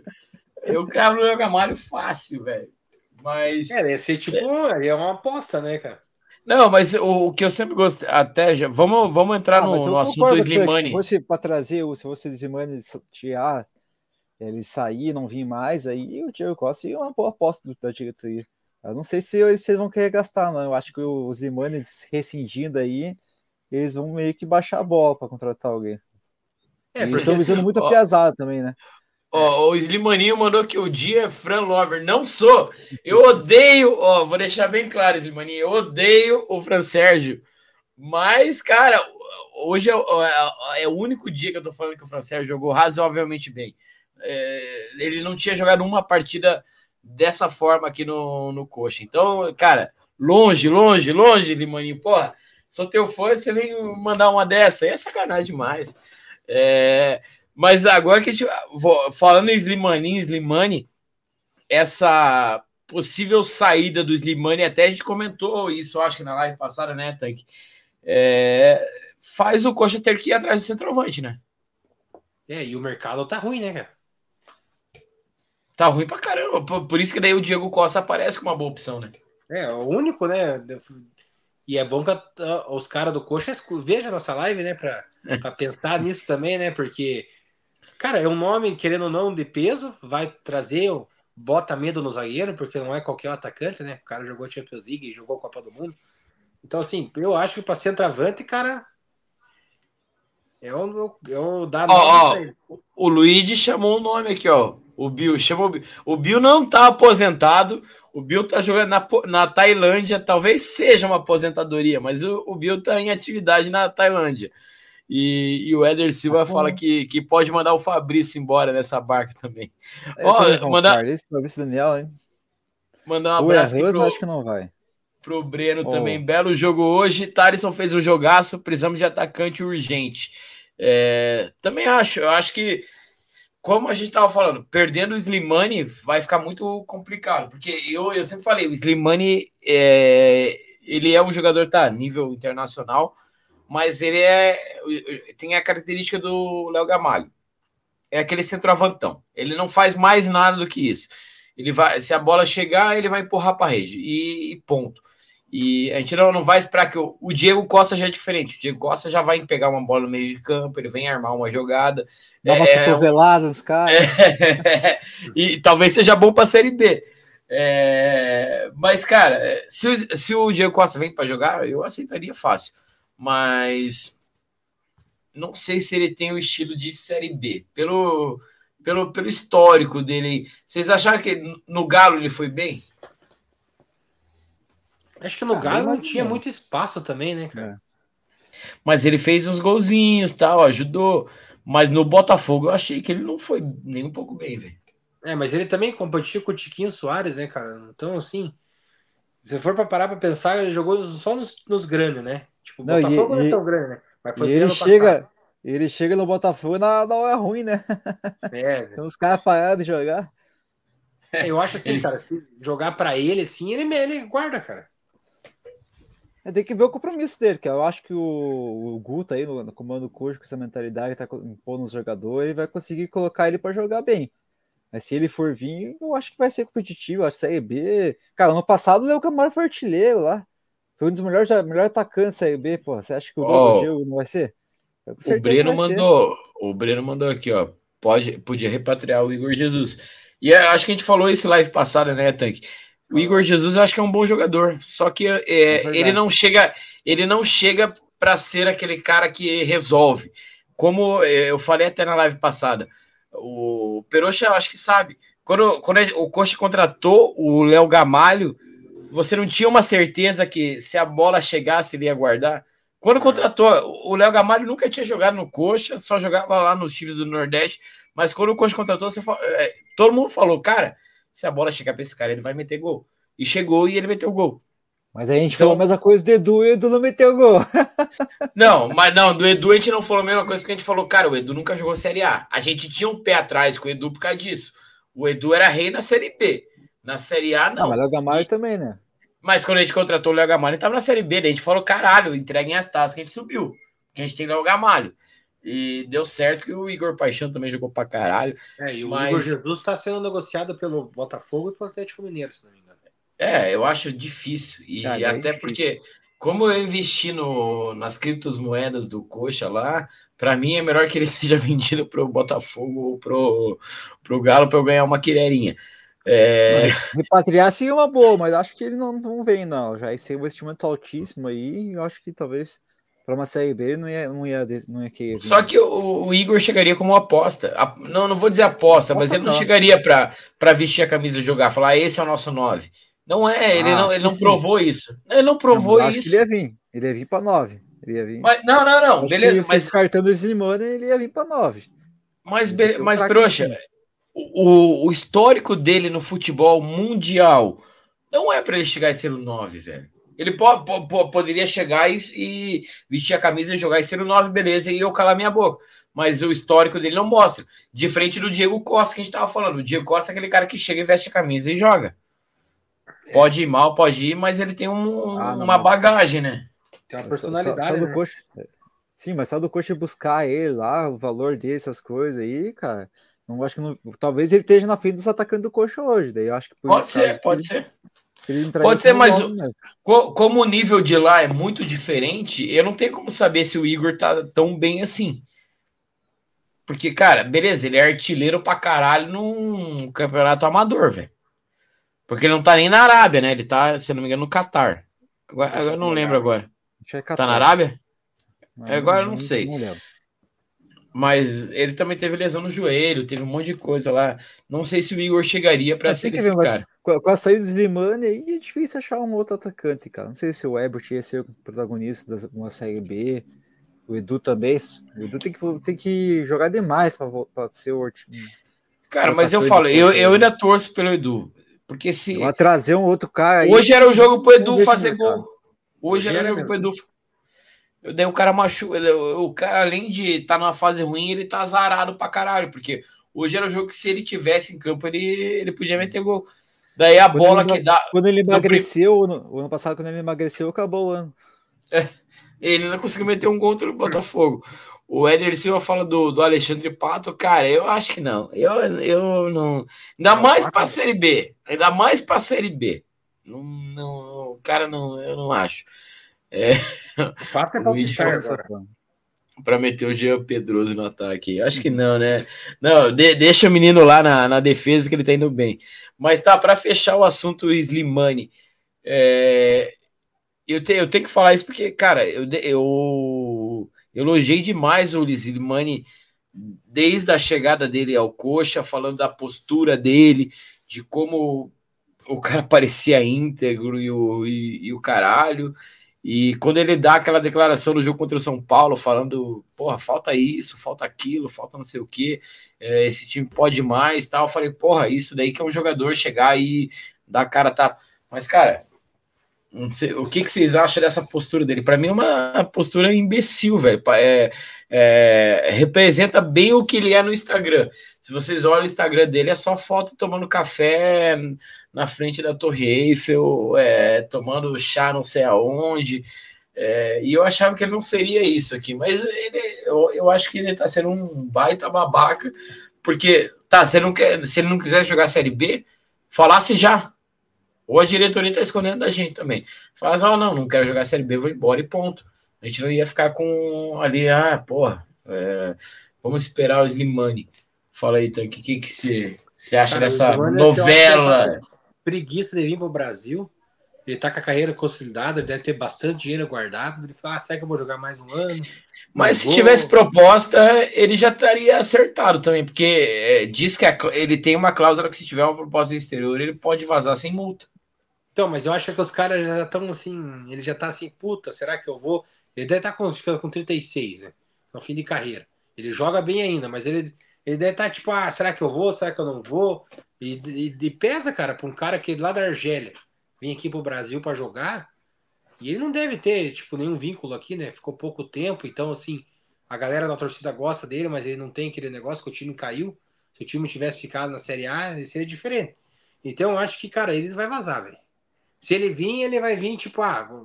Fácil, velho. Mas. Esse tipo é uma aposta, né, cara? Não, mas o que eu sempre gostei, até já. Vamos entrar no assunto do Slimani. Se fosse para trazer, se fosse o Slimani tirar, ele sair, não vir mais, aí o Diego Costa ia uma boa aposta da diretoria. Eu não sei se eles vão querer gastar, não. Eu acho que o Slimani rescindindo aí, eles vão meio que baixar a bola para contratar alguém. Porque estão visando muito a piazada também, né? O Slimaninho mandou que o dia é Fran Lover. Não sou. Eu odeio. Vou deixar bem claro, Slimaninho. Eu odeio o Fran Sérgio. Mas, cara, hoje é o único dia que eu tô falando que o Fran Sérgio jogou razoavelmente bem. Ele não tinha jogado uma partida dessa forma aqui no Coxa. Então, cara, longe, Slimaninho. Porra, sou teu fã, você vem mandar uma dessa. Aí é sacanagem demais. Mas agora que a gente... Falando em Slimani, essa possível saída do Slimani, até a gente comentou isso, acho que na live passada, né, Tanque? Faz o Coxa ter que ir atrás do centroavante, né? E o mercado tá ruim, né, cara? Tá ruim pra caramba. Por isso que daí o Diego Costa aparece como uma boa opção, né? O único, né? E é bom que os caras do Coxa vejam a nossa live, né? Pra pensar nisso também, né? Porque, cara, é um nome, querendo ou não, de peso, vai trazer, bota medo no zagueiro, porque não é qualquer atacante, né? O cara jogou Champions League, jogou Copa do Mundo. Então, assim, eu acho que pra centroavante, cara, o Luigi chamou um nome aqui, ó. O Bill chamou. O Bill não tá aposentado. O Bill tá jogando na Tailândia. Talvez seja uma aposentadoria, mas o Bill tá em atividade na Tailândia. E o Éder Silva fala que pode mandar o Fabrício embora nessa barca também. Mandar Daniel, hein? Mandar um abraço aqui acho que não vai. Pro Breno também. Belo jogo hoje. Thalisson fez um jogaço. Precisamos de atacante urgente. Também acho. Eu acho que como a gente estava falando, perdendo o Slimani vai ficar muito complicado, porque eu sempre falei, o Slimani ele é um jogador, tá, nível internacional, mas ele tem a característica do Léo Gamalho. É aquele centroavantão. Ele não faz mais nada do que isso. Ele vai, se a bola chegar, ele vai empurrar para a rede e ponto. E a gente não vai esperar que o Diego Costa já é diferente. O Diego Costa já vai pegar uma bola no meio de campo, ele vem armar uma jogada. Dá uma cotovelada nos caras. E talvez seja bom para a Série B. Mas, cara, se o Diego Costa vem para jogar, eu aceitaria fácil. Mas não sei se ele tem o estilo de Série B. Pelo histórico dele. Vocês acharam que no Galo ele foi bem? Acho que no Galo não tinha muito espaço também, né, cara? Mas ele fez uns golzinhos, tal, ajudou. Mas no Botafogo eu achei que ele não foi nem um pouco bem, velho. Mas ele também competiu com o Tiquinho Soares, né, cara? Então, assim, se for pra parar pra pensar, ele jogou só nos grandes, né? Tipo, o Botafogo não é tão grande, né? Mas foi ele chega no Botafogo na hora ruim, né? Tem uns caras parados de jogar. Eu acho assim, cara, se jogar pra ele, assim, ele guarda, cara. Tem que ver o compromisso dele, que eu acho que o Guto aí no comando do Coxa, com essa mentalidade que tá impondo nos jogadores, ele vai conseguir colocar ele para jogar bem. Mas se ele for vir, eu acho que vai ser competitivo. Acho que Série B. Cara, ano passado o Léo Gamalho foi artilheiro lá. Foi um dos melhores atacantes da Série B, pô. Você acha que o Diego não vai ser? O Breno mandou aqui, ó. Podia repatriar o Igor Jesus. E acho que a gente falou isso live passada, né, Tanque? O Igor Jesus eu acho que é um bom jogador, só que ele não chega para ser aquele cara que resolve. Como eu falei até na live passada, o Peroxa eu acho que sabe. Quando o Coxa contratou o Léo Gamalho, você não tinha uma certeza que se a bola chegasse ele ia guardar. Quando contratou, o Léo Gamalho nunca tinha jogado no Coxa, só jogava lá nos times do Nordeste, mas quando o Coxa contratou, todo mundo falou, cara, se a bola chegar para esse cara, ele vai meter gol. E chegou e ele meteu gol. Mas a gente falou a mesma coisa do Edu e o Edu não meteu gol. Do Edu a gente não falou a mesma coisa, porque a gente falou, cara, o Edu nunca jogou Série A. A gente tinha um pé atrás com o Edu por causa disso. O Edu era rei na Série B. Na Série A, não. Mas o Léo Gamalho também, né? Mas quando a gente contratou o Léo Gamalho, ele estava na Série B. Daí a gente falou, caralho, entreguem as taças que a gente subiu. Porque a gente tem Léo Gamalho. E deu certo que o Igor Paixão também jogou pra caralho. E o Igor Jesus está sendo negociado pelo Botafogo e pelo Atlético Mineiro, se não me engano. Eu acho difícil. E até porque, como eu investi nas criptomoedas do Coxa lá, para mim é melhor que ele seja vendido pro Botafogo ou pro Galo para eu ganhar uma quireirinha. Repatriar seria uma boa, mas acho que ele não vem, não. Já esse investimento altíssimo aí, eu acho que talvez para uma Série B não ia querer. Só que o Igor chegaria como aposta. Não vou dizer aposta, mas ele não chegaria para vestir a camisa e jogar, falar, esse é o nosso 9. Não é, ele não provou isso. Ele não provou isso. Acho que ele ia vir para 9. Ele ia vir. Mas, não, beleza. Mas descartando o Slimani, ele ia vir para 9. Mas Proxa, o histórico dele no futebol mundial não é para ele chegar e ser o 9, velho. Ele poderia chegar e vestir a camisa e jogar e ser o 9, beleza, e eu calar minha boca. Mas o histórico dele não mostra. Diferente do Diego Costa que a gente tava falando. O Diego Costa é aquele cara que chega e veste a camisa e joga. Pode ir mal, pode ir, mas ele tem uma bagagem, né? Tem uma personalidade, né? Coxa, sim, mas só do Coxa buscar ele lá, o valor dele, essas coisas aí, cara. Não acho que talvez ele esteja na frente dos atacantes do Coxa hoje. Daí eu acho que pode ser. Pode ser, mas como o nível de lá é muito diferente, eu não tenho como saber se o Igor tá tão bem assim. Porque, cara, beleza, ele é artilheiro pra caralho num campeonato amador, velho. Porque ele não tá nem na Arábia, né? Ele tá, se não me engano, no Catar. Agora eu não lembro agora. Tá na Arábia? Agora eu não sei. Não lembro. Mas ele também teve lesão no joelho, teve um monte de coisa lá. Não sei se o Igor chegaria para ser esse cara. Com a saída do Slimani aí é difícil achar um outro atacante, cara. Não sei se o Ebert ia ser o protagonista de uma Série B. O Edu também. O Edu tem que jogar demais para ser o time. Cara, mas eu falo, eu ainda torço pelo Edu. Porque se. Vai trazer um outro cara aí. Hoje era o jogo pro Edu fazer gol. Hoje era o jogo pro Edu. Daí o cara machuca. O cara, além de estar numa fase ruim, ele tá azarado pra caralho. Porque Hoje era um jogo que, se ele tivesse em campo, ele podia meter gol. Daí a bola que dá. Quando ele emagreceu, o ano passado, quando ele emagreceu, acabou o ano. Ele não conseguiu meter um gol contra o Botafogo. O Éder Silva fala do Alexandre Pato. Cara, eu acho que não. Eu não. Ainda mais para a Série B. Ainda mais para a Série B. Não, cara, não, eu não acho. O Pato é palpitar para meter o Jean Pedroso no ataque. Acho que não, né? Não, deixa o menino lá na defesa que ele tá indo bem. Mas tá, para fechar o assunto Slimani, eu tenho que falar isso porque, cara, eu elogiei demais o Slimani desde a chegada dele ao Coxa, falando da postura dele, de como o cara parecia íntegro e o caralho. E quando ele dá aquela declaração no jogo contra o São Paulo, falando, porra, falta isso, falta aquilo, falta não sei o quê, esse time pode mais, tal, eu falei, porra, isso daí que é um jogador chegar e dar a cara, tá. Mas, cara, não sei, o que vocês acham dessa postura dele? Para mim é uma postura imbecil, velho. Representa bem o que ele é no Instagram. Se vocês olham o Instagram dele, é só foto tomando café na frente da Torre Eiffel, tomando chá não sei aonde. E eu achava que ele não seria isso aqui, mas eu acho que ele tá sendo um baita babaca, porque, se ele não quiser jogar Série B, falasse já. Ou a diretoria tá escondendo da gente também. Fala, não quero jogar Série B, vou embora e ponto. A gente não ia ficar com ali, vamos esperar o Slimani. Fala aí, Tanque, o que você acha dessa novela? Preguiça de vir pro Brasil. Ele tá com a carreira consolidada, deve ter bastante dinheiro guardado. Ele fala, será que eu vou jogar mais um ano? Mas se tivesse proposta, ele já estaria acertado também, porque diz que ele tem uma cláusula que, se tiver uma proposta do exterior, ele pode vazar sem multa. Então, mas eu acho que os caras já estão assim, ele já tá assim, puta, será que eu vou? Ele deve estar com 36, né? No fim de carreira. Ele joga bem ainda, mas ele deve estar tipo, será que eu vou? Será que eu não vou? E pesa, cara, para um cara que lá da Argélia vem aqui pro Brasil para jogar, e ele não deve ter, tipo, nenhum vínculo aqui, né? Ficou pouco tempo, então, assim, a galera da torcida gosta dele, mas ele não tem aquele negócio que o time caiu. Se o time tivesse ficado na Série A, ele seria diferente. Então, eu acho que, cara, ele vai vazar, velho. Se ele vir, ele vai vir, tipo,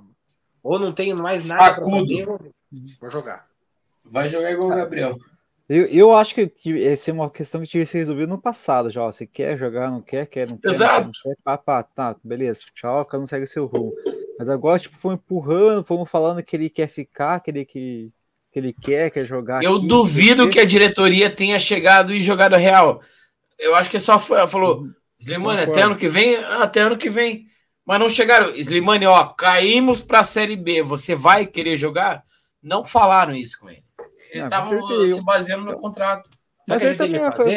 ou não tenho mais nada para fazer, vou jogar. Vai jogar igual o Gabriel. Eu acho que essa é uma questão que tinha se resolvido no passado já. Você quer jogar, não quer, não quer. Exato. Não quer, tá, beleza, tchau, cada um segue seu rumo. Mas agora, tipo, foi empurrando, fomos falando que ele quer ficar, que ele quer jogar. Eu duvido que a diretoria tenha chegado e jogado a real. Eu acho que só falou, Slimani, até ano que vem? Até ano que vem. Mas não chegaram. Slimani, caímos para a Série B. Você vai querer jogar? Não falaram isso com ele. Eles estavam se baseando no contrato. Mas ele também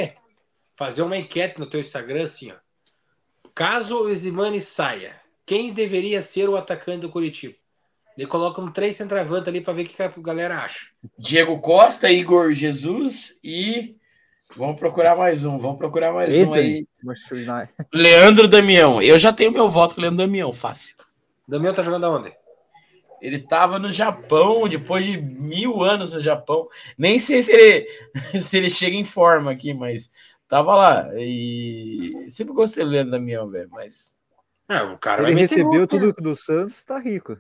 fazer uma enquete no teu Instagram assim, ó. Caso o Slimani saia, quem deveria ser o atacante do Curitiba? Ele coloca 3 centroavantes ali para ver o que a galera acha. Diego Costa, Igor Jesus e... Vamos procurar mais um. Aí. Leandro Damião. Eu já tenho meu voto com o Leandro Damião, fácil. Damião tá jogando aonde? Ele tava no Japão, depois de 1000 anos no Japão. Nem sei se ele chega em forma aqui, mas tava lá. E sempre gostei do Leandro Damião, velho, mas... o cara ele recebeu tudo do Santos, tá rico.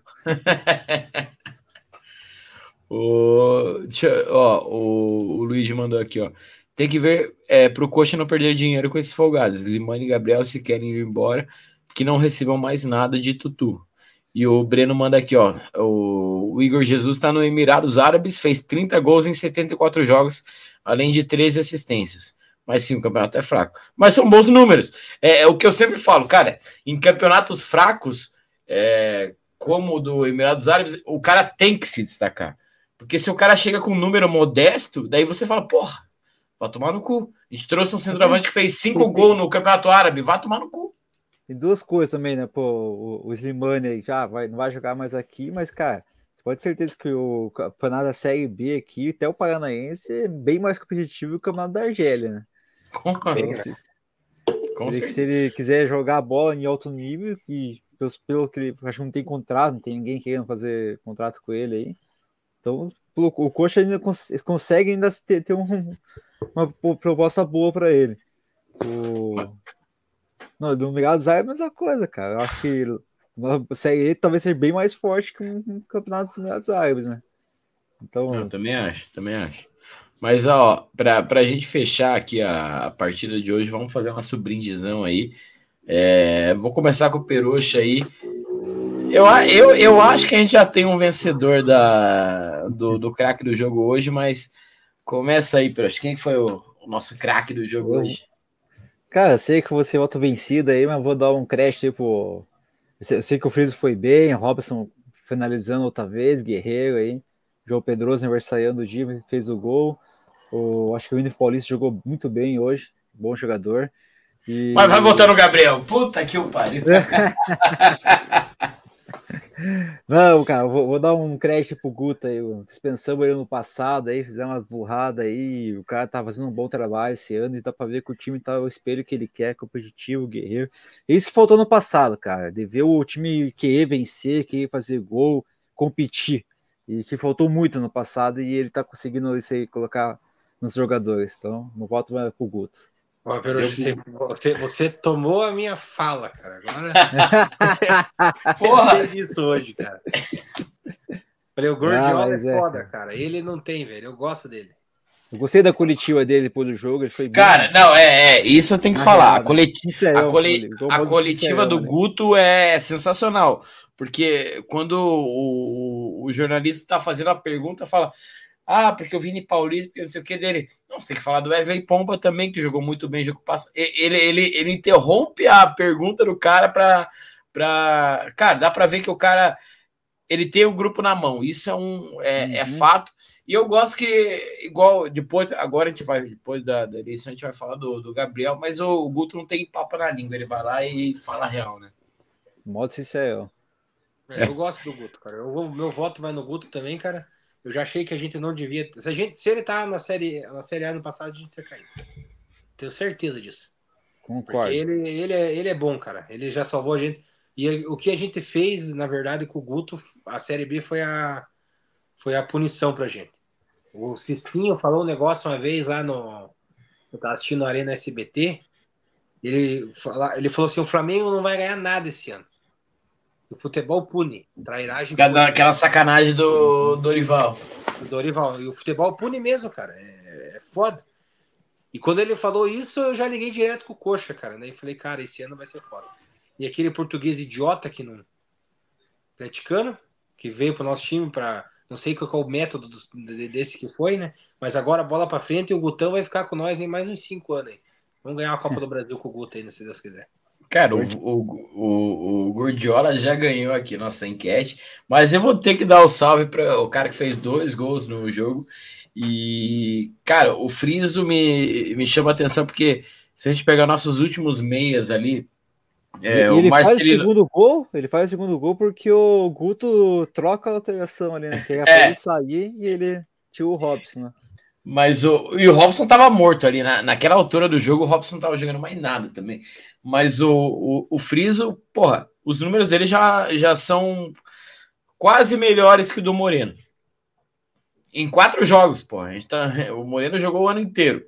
O Luiz mandou aqui, ó. Tem que ver pro Coxa não perder dinheiro com esses folgados. Slimani e Gabriel, se querem ir embora, que não recebam mais nada de Tutu. E o Breno manda aqui, ó. O Igor Jesus está no Emirados Árabes, fez 30 gols em 74 jogos, além de 13 assistências. Mas sim, o campeonato é fraco. Mas são bons números. É o que eu sempre falo, cara. Em campeonatos fracos, como o do Emirados Árabes, o cara tem que se destacar. Porque se o cara chega com um número modesto, daí você fala, porra, vai tomar no cu. A gente trouxe um centroavante que fez 5 gols no Campeonato Árabe, vai tomar no cu. Tem duas coisas também, né? Pô, o Slimani aí já não vai jogar mais aqui, mas, cara, você pode ter certeza que o campeonato da Série B aqui, até o Paranaense, é bem mais competitivo que o campeonato da Argélia, né? Se ele quiser jogar a bola em alto nível, que pelo que ele acho que não tem contrato, não tem ninguém querendo fazer contrato com ele aí. Então, o Coxa ainda consegue ainda ter uma proposta boa para ele. Não, do Emirados Árabes é a mesma coisa, cara. Eu acho que ele talvez seja bem mais forte que um campeonato dos Emirados Árabes, né? Então... Eu também acho. Mas, ó, pra gente fechar aqui a partida de hoje, vamos fazer uma subrindizão aí. Vou começar com o Peroxa aí. Eu acho que a gente já tem um vencedor do craque do jogo hoje, mas começa aí, Peroxa. Quem foi o nosso craque do jogo hoje? Cara, sei que você volta vencido aí, mas vou dar um crédito aí pro... Eu sei que o Friso foi bem, o Robson finalizando outra vez, Guerreiro aí, João Pedroso aniversariando o dia, fez o gol. Acho que o Willian Paulista jogou muito bem hoje, bom jogador. Mas vai votar no Gabriel, puta que o pariu. Não, cara, vou dar um crédito pro Guto aí. Dispensamos ele no passado aí, fizemos umas burradas aí. O cara tá fazendo um bom trabalho esse ano e dá pra ver que o time tá o espelho que ele quer, competitivo, guerreiro. É isso que faltou no passado, cara. De ver o time querer vencer, querer fazer gol, competir. E que faltou muito no passado e ele tá conseguindo isso aí, colocar nos jogadores. Então, meu voto vai pro Guto. Ó, você tomou a minha fala, cara. Agora. Porra! Fez isso hoje, cara. Falei, o Guardiola é foda, cara. Ele não tem, velho. Eu gosto dele. Eu gostei da coletiva dele depois do jogo. Ele foi cara, bem... não, isso eu tenho que falar. A coletiva do Guto é sensacional. Porque quando o jornalista tá fazendo a pergunta, fala. Porque o Vini Paulista, porque não sei o que dele. Não, você tem que falar do Wesley Pomba também, que jogou muito bem jogo passado. Ele interrompe a pergunta do cara pra. Cara, dá pra ver que o cara ele tem o grupo na mão. Isso é fato. E eu gosto que, igual depois, agora a gente vai, depois da eleição, a gente vai falar do Gabriel, mas o Guto não tem papo na língua, ele vai lá e fala a real, né? Modo sincero. Eu gosto do Guto, cara. Meu voto vai no Guto também, cara. Eu já achei que a gente não devia. Se ele tá na série A no passado, a gente ter caído. Tenho certeza disso. Concordo. Porque ele é bom, cara. Ele já salvou a gente. E o que a gente fez, na verdade, com o Guto, a Série B foi a punição pra gente. O Cicinho falou um negócio uma vez lá no. Eu tava assistindo a Arena SBT. Ele falou assim: o Flamengo não vai ganhar nada esse ano. O futebol pune. Trairagem. Aquela sacanagem do Dorival. E o futebol pune mesmo, cara. É foda. E quando ele falou isso, eu já liguei direto com o Coxa, cara. Daí falei, cara, esse ano vai ser foda. E aquele português idiota que não. Atleticano, que veio pro nosso time pra. Não sei qual é o método desse que foi, né? Mas agora a bola pra frente e o Gutão vai ficar com nós em mais uns 5 anos aí. Vamos ganhar a Copa do Brasil com o Guto aí, se Deus quiser. Cara, o Guardiola já ganhou aqui nossa enquete, mas eu vou ter que dar o salve para o cara que fez 2 gols no jogo. E, cara, o Friso me chama a atenção, porque se a gente pegar nossos últimos meias ali, ele faz o segundo gol porque o Guto troca a alteração ali, né? Que é pra ele sair e ele tira o Robson, né? Mas o Robson tava morto ali, naquela altura do jogo, o Robson não tava jogando mais nada também. Mas o Friso, porra, os números dele já são quase melhores que o do Moreno. Em 4 jogos, porra. O Moreno jogou o ano inteiro.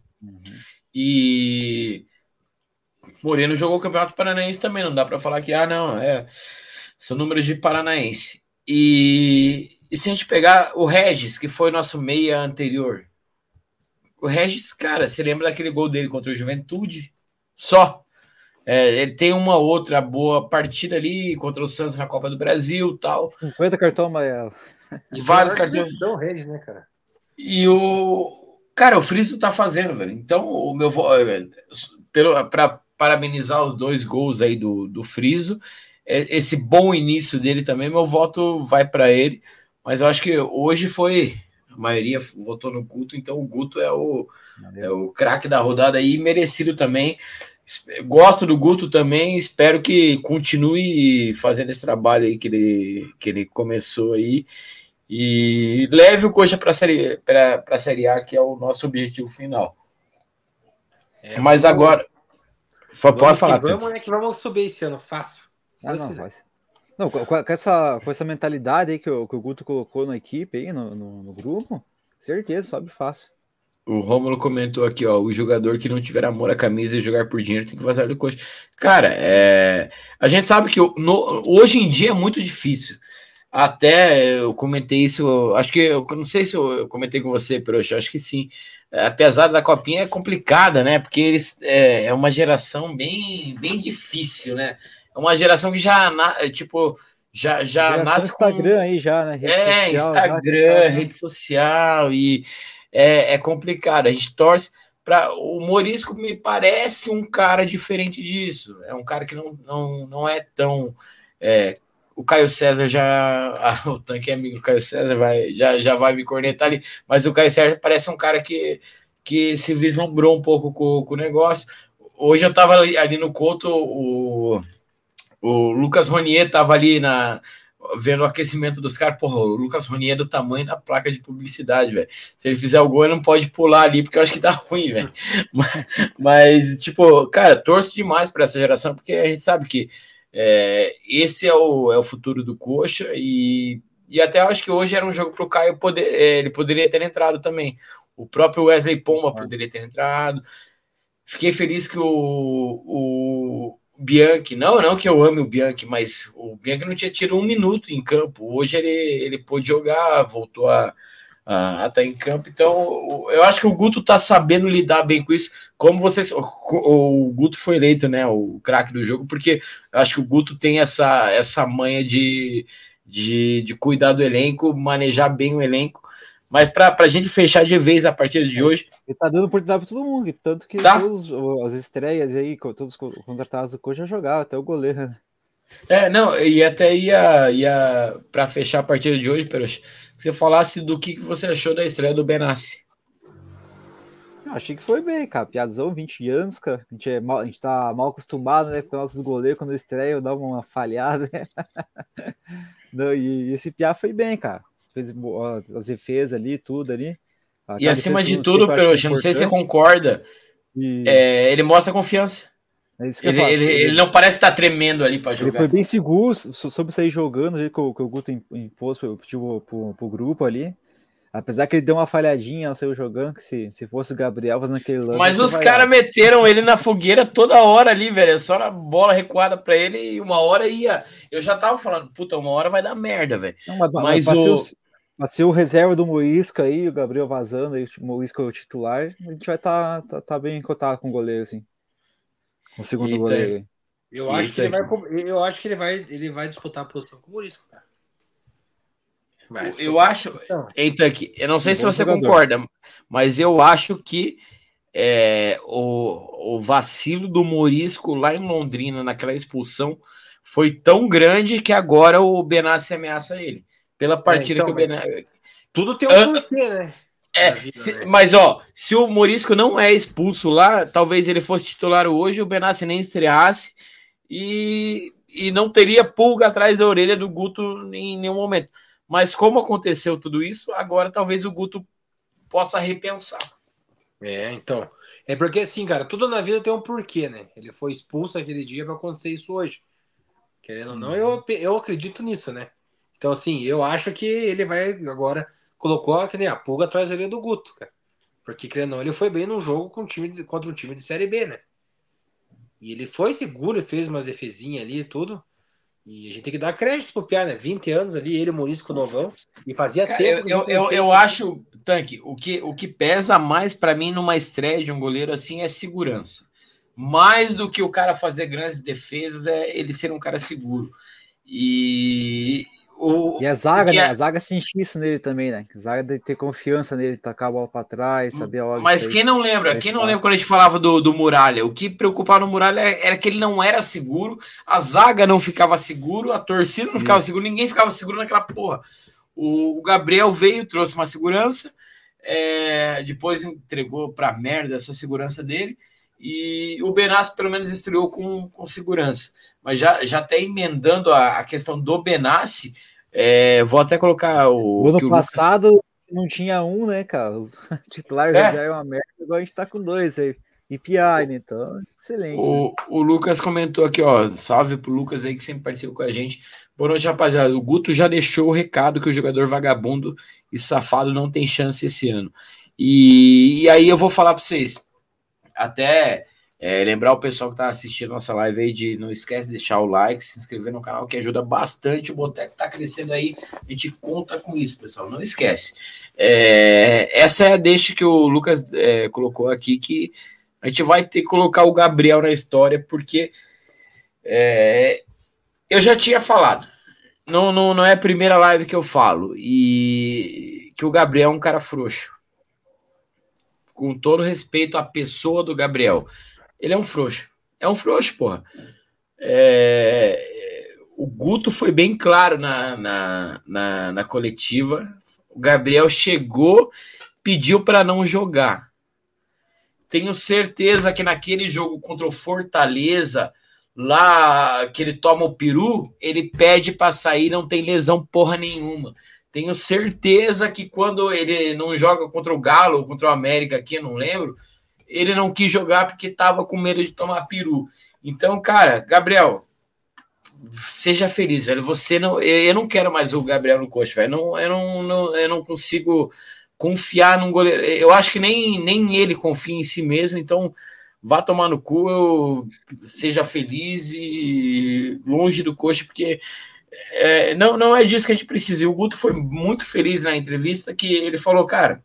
E o Moreno jogou o Campeonato Paranaense também, não dá pra falar que, são números de paranaense. E se a gente pegar o Regis, que foi nosso meia anterior, o Regis, cara, você lembra daquele gol dele contra o Juventude? Só. Ele tem uma outra boa partida ali contra o Santos na Copa do Brasil, tal. 50 cartão amarelo. E vários cartões. Então, Regis, né, cara? E o Friso tá fazendo, velho. Então, o meu para parabenizar os 2 gols aí do Friso, esse bom início dele também, meu voto vai para ele. Mas eu acho que hoje a maioria votou no Guto, então o Guto é o craque da rodada aí, merecido também. Gosto do Guto também, espero que continue fazendo esse trabalho aí que ele começou aí e leve o Coxa para a Série A, que é o nosso objetivo final. Mas agora pode falar. Vamos subir esse ano, fácil. Não, vai. Não, com essa mentalidade aí que o Guto colocou na equipe aí, no grupo, certeza, sobe fácil. O Rômulo comentou aqui, ó, o jogador que não tiver amor à camisa e jogar por dinheiro tem que vazar do coxa. Cara, a gente sabe que hoje em dia é muito difícil. Até eu comentei isso, acho que eu não sei se eu comentei com você, pero eu acho que sim. Apesar da copinha é complicada, né? Porque eles é uma geração bem difícil, né? É uma geração que já tipo já nasce Instagram com aí já, né? Rede social, Instagram, rede social e é complicado. A gente torce para o Morisco me parece um cara diferente disso. É um cara que não é tão o Caio César o Tanque é amigo do Caio César, já vai me cornetar ali, mas o Caio César parece um cara que se vislumbrou um pouco com o negócio. Hoje eu estava ali no Couto, o Lucas Ronier estava ali vendo o aquecimento dos caras. Porra, o Lucas Ronier é do tamanho da placa de publicidade, velho. Se ele fizer o gol, ele não pode pular ali, porque eu acho que dá ruim, velho. Mas, tipo, cara, torço demais para essa geração, porque a gente sabe que esse é o futuro do Coxa e até acho que hoje era um jogo para o Caio ele poderia ter entrado também. O próprio Wesley Pomba poderia ter entrado. Fiquei feliz que o Bianchi, não que eu ame o Bianchi, mas o Bianchi não tinha tido 1 minuto em campo. Hoje ele pôde jogar, voltou a estar em campo. Então, eu acho que o Guto está sabendo lidar bem com isso. Como vocês. O Guto foi eleito, né? O craque do jogo, porque eu acho que o Guto tem essa manha de cuidar do elenco, manejar bem o elenco. Mas para a gente fechar de vez a partida de hoje. Ele tá dando oportunidade para todo mundo, tanto que todas as estreias aí, todos os contratados do Coxa já jogavam, até o goleiro. Não, e até ia para fechar a partida de hoje, Peroxa, que você falasse do que você achou da estreia do Benassi. Achei que foi bem, cara. Piazão, 20 anos, cara. A gente tá mal acostumado, né? Com nossos goleiros, quando estreia, dá uma falhada, né? Não, e esse Piá foi bem, cara. Fez as defesas ali, tudo ali. E acima de tudo, Peroxa, não sei se você concorda, ele mostra confiança. Ele não parece estar tremendo ali para jogar. Ele foi bem seguro, soube sair jogando, que o Guto impôs pro grupo ali. Apesar que ele deu uma falhadinha, ela saiu jogando, que se fosse o Gabriel fazendo aquele lance... Mas os caras meteram ele na fogueira toda hora ali, velho. É só na bola recuada pra ele e uma hora ia... Eu já tava falando, puta, uma hora vai dar merda, velho. Mas ser o reserva do Moisca aí, o Gabriel vazando, aí o Moisca é o titular, a gente vai tá bem cotado com o goleiro, assim. Com o segundo goleiro. Eu acho que ele vai disputar a posição com o Morisco, cara. Eu acho, então aqui, eu não sei se você concorda, mas eu acho que o vacilo do Morisco lá em Londrina, naquela expulsão, foi tão grande que agora o Benassi ameaça ele. Pela partida que o Benassi... Tudo tem um porquê, né? Mas, ó, se o Morisco não é expulso lá, talvez ele fosse titular hoje, o Benassi nem estreasse e não teria pulga atrás da orelha do Guto em nenhum momento. Mas como aconteceu tudo isso, agora talvez o Guto possa repensar. Então. É porque assim, cara, tudo na vida tem um porquê, né? Ele foi expulso aquele dia para acontecer isso hoje. Querendo ou não, eu acredito nisso, né? Então, assim, eu acho que ele vai agora... Colocou que nem a pulga atrás ali do Guto, cara. Porque, querendo ou não, ele foi bem num jogo contra um time de Série B, né? E ele foi seguro, fez umas defesinhas ali e tudo. E a gente tem que dar crédito pro Piá, né? 20 anos ali, ele, Morisco Novão. E fazia tempo... Eu acho, Tanque, o que pesa mais para mim numa estreia de um goleiro assim é segurança. Mais do que o cara fazer grandes defesas, é ele ser um cara seguro. E a zaga, né? A zaga sentir isso nele também, né? A zaga de ter confiança nele, tacar a bola para trás, saber a hora. Mas quem não lembra quando a gente falava do Muralha? O que preocupava no Muralha era que ele não era seguro, a zaga não ficava seguro, a torcida não ficava seguro, ninguém ficava seguro naquela porra. O Gabriel veio, trouxe uma segurança, depois entregou pra merda essa segurança dele, e o Benassi pelo menos estreou com segurança. Mas já até emendando a questão do Benassi, vou até colocar o ano passado Lucas... não tinha um, né, cara? Os titulares já eram uma merda, agora a gente tá com 2 aí. e PI, né? Então, excelente. O Lucas comentou aqui, ó, salve pro Lucas aí que sempre participa com a gente. Boa noite, rapaziada. O Guto já deixou o recado que o jogador vagabundo e safado não tem chance esse ano. E aí eu vou falar para vocês, até lembrar o pessoal que tá assistindo nossa live aí de não esquece de deixar o like, se inscrever no canal que ajuda bastante. O Boteco tá crescendo aí, a gente conta com isso, pessoal, não esquece. Essa é a deixa que o Lucas colocou aqui, que a gente vai ter que colocar o Gabriel na história, porque eu já tinha falado, não é a primeira live que eu falo, e que o Gabriel é um cara frouxo. Com todo respeito à pessoa do Gabriel, ele é um frouxo. É um frouxo, porra. O Guto foi bem claro na coletiva. O Gabriel chegou, pediu para não jogar. Tenho certeza que naquele jogo contra o Fortaleza, lá que ele toma o peru, ele pede para sair, não tem lesão porra nenhuma. Tenho certeza que quando ele não joga contra o Galo ou contra o América aqui, não lembro, ele não quis jogar porque estava com medo de tomar peru. Então, cara, Gabriel, seja feliz, velho. Eu não quero mais o Gabriel no coxa, velho. Eu não consigo confiar num goleiro. Eu acho que nem ele confia em si mesmo, então vá tomar no cu, seja feliz e longe do coxa, porque não é disso que a gente precisa. E o Guto foi muito feliz na entrevista, que ele falou, cara,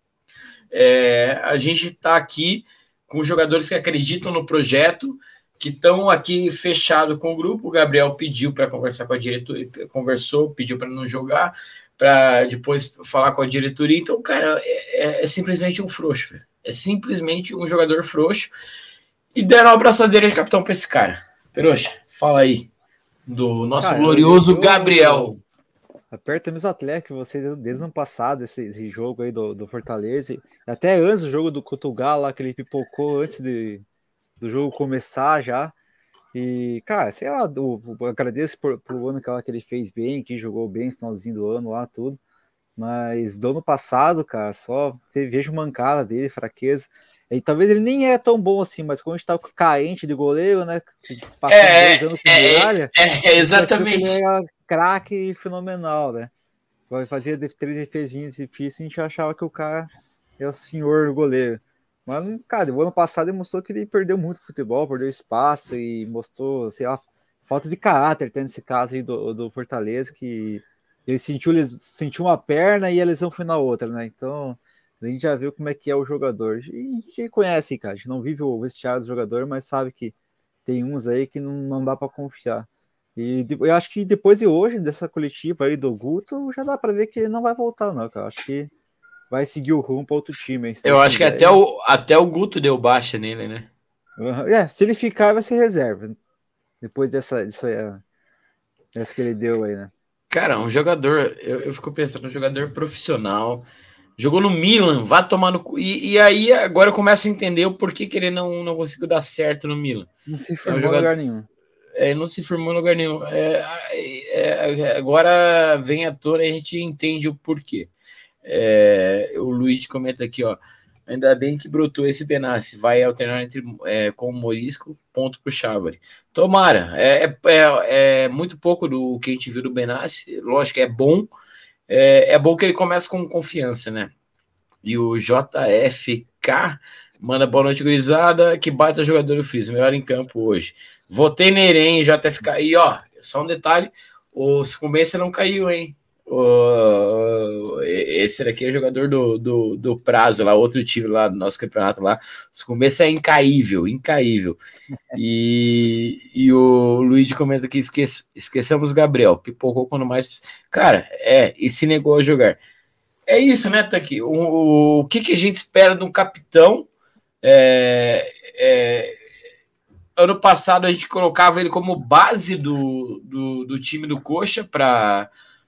a gente está aqui com jogadores que acreditam no projeto, que estão aqui fechado com o grupo. O Gabriel pediu para conversar com a diretoria, pediu para não jogar, para depois falar com a diretoria. Então, cara, é simplesmente um frouxo, velho. É simplesmente um jogador frouxo. E deram uma abraçadeira de capitão para esse cara. Peroxa, fala aí do nosso glorioso Gabriel. Aperta meus atletas, que você desde o ano passado, esse jogo aí do Fortaleza, até antes do jogo do Cotugá lá, que ele pipocou antes do jogo começar já. E, cara, sei lá, agradeço pelo ano que ele fez bem, que jogou bem no finalzinho do ano lá, tudo. Mas do ano passado, cara, só vejo mancada dele, fraqueza. E talvez ele nem é tão bom assim, mas como a gente tá carente de goleiro, né? Passando 2 anos com muralha. Exatamente. Ele era craque fenomenal, né? Quando fazia 3 defesinhas difíceis, a gente achava que o cara é o senhor goleiro. Mas, cara, o ano passado ele mostrou que ele perdeu muito futebol, perdeu espaço e mostrou, sei lá, falta de caráter, até nesse caso aí do Fortaleza, que ele sentiu uma perna e a lesão foi na outra, né? Então, a gente já viu como é que é o jogador. E a gente conhece, cara, a gente não vive o vestiário do jogador, mas sabe que tem uns aí que não dá para confiar. E eu acho que depois de hoje, dessa coletiva aí do Guto, já dá para ver que ele não vai voltar, não, cara. Acho que vai seguir o rumo para outro time. Hein, eu acho que até o Guto deu baixa nele, né? Se ele ficar, vai ser reserva. Depois dessa que ele deu aí, né? Cara, um jogador, eu fico pensando, um jogador profissional, jogou no Milan, vai tomar no cu. E aí agora eu começo a entender o porquê que ele não conseguiu dar certo no Milan. Não se firmou em lugar nenhum. Não se firmou em lugar nenhum. Agora vem à tona e a gente entende o porquê. O Luiz comenta aqui, ó. Ainda bem que brotou esse Benassi. Vai alternar com o Morisco, ponto pro Chávari. Tomara. É muito pouco do que a gente viu do Benassi. Lógico que é bom. É bom que ele comece com confiança, né? E o JFK manda boa noite, gurizada. Que baita jogador o Friso. Melhor em campo hoje. Votei Nerém, JFK. E, ó, só um detalhe. O Sucumbência não caiu, hein? Esse daqui é o jogador do Prazo, lá, outro time lá do nosso campeonato lá. O começo é incaível. E o Luiz comenta que esquecemos o Gabriel, pipocou quando mais. Cara, e se negou a jogar. É isso, né, Tanque? O que a gente espera de um capitão? Ano passado a gente colocava ele como base do time do Coxa para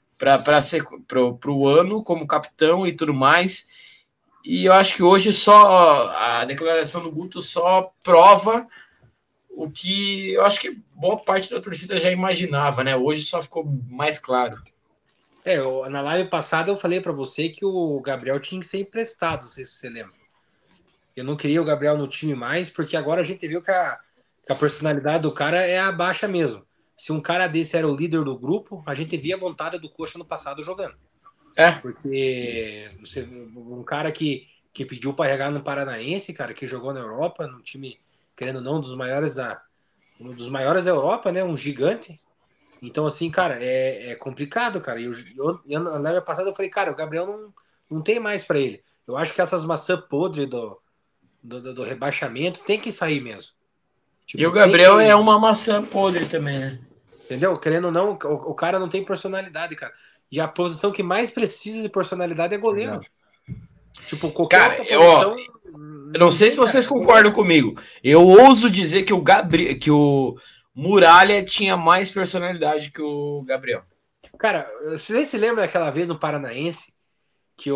o ano como capitão e tudo mais. E eu acho que hoje só a declaração do Guto só prova o que eu acho que boa parte da torcida já imaginava, né? Hoje só ficou mais claro. Na live passada eu falei para você que o Gabriel tinha que ser emprestado, não sei se você lembra. Eu não queria o Gabriel no time mais, porque agora a gente viu que a personalidade do cara é a baixa mesmo. Se um cara desse era o líder do grupo, a gente via a vontade do Coxa no passado jogando. Porque um cara que pediu para regar no Paranaense, cara, que jogou na Europa, num time, querendo ou não, um dos maiores da Europa, né? Um gigante. Então, assim, cara, é complicado, cara. E na leva passada eu falei, cara, o Gabriel não tem mais para ele. Eu acho que essas maçãs podres do rebaixamento tem que sair mesmo. Tipo, e o Gabriel é uma maçã podre também, né? Entendeu? Querendo ou não, o cara não tem personalidade, cara. E a posição que mais precisa de personalidade é goleiro. Tipo, qualquer cara, eu não sei se vocês concordam comigo. Eu ouso dizer que o Muralha tinha mais personalidade que o Gabriel. Cara, você se lembra daquela vez no Paranaense que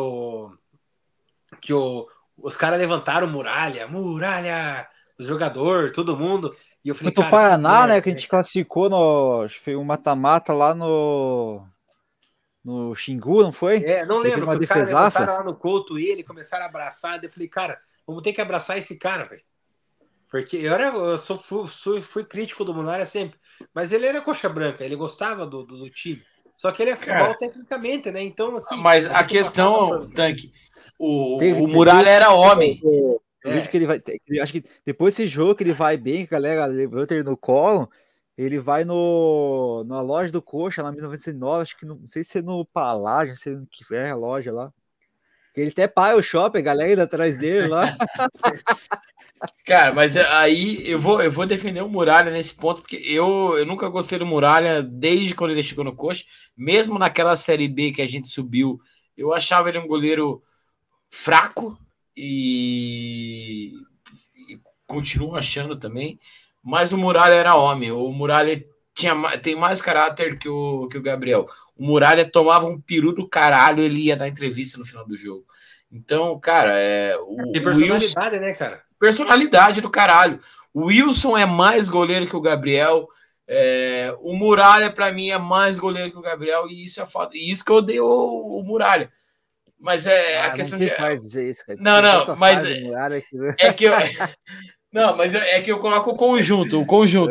os caras levantaram Muralha, o jogador, todo mundo. E eu falei, cara, o Paraná, né, que a gente classificou foi um mata-mata lá no Xingu, não foi? Não lembro, uma que os caras levantaram lá no Couto ele, começaram a abraçar, eu falei, cara, vamos ter que abraçar esse cara, velho. Porque eu fui crítico do Muralha sempre, mas ele era coxa branca, ele gostava do time. Só que ele é futebol tecnicamente, né? Então, assim... Mas a questão, Tanque, o Muralha era homem. Eu vejo que ele vai. Acho que depois desse jogo que ele vai bem, que a galera levanta ele no colo, ele vai na loja do Coxa, lá em 1999, acho que não sei se é no Palácio, não sei o que é a loja lá. Que ele até paga o shopping, a galera indo atrás dele lá. Cara, mas aí eu vou defender o Muralha nesse ponto, porque eu nunca gostei do Muralha desde quando ele chegou no Coxa, mesmo naquela Série B que a gente subiu, eu achava ele um goleiro fraco e continuo achando também, mas o Muralha era homem, o Muralha tem mais caráter que o Gabriel. O Muralha tomava um peru do caralho, ele ia dar entrevista no final do jogo. Então, cara, tem personalidade, né, cara? Personalidade do caralho. O Wilson é mais goleiro que o Gabriel. O Muralha, pra mim, é mais goleiro que o Gabriel. E isso é foda. E isso que eu odeio o Muralha. Mas a questão de. Faz dizer isso, cara. Não, mas é que eu. Não, mas é que eu coloco o conjunto.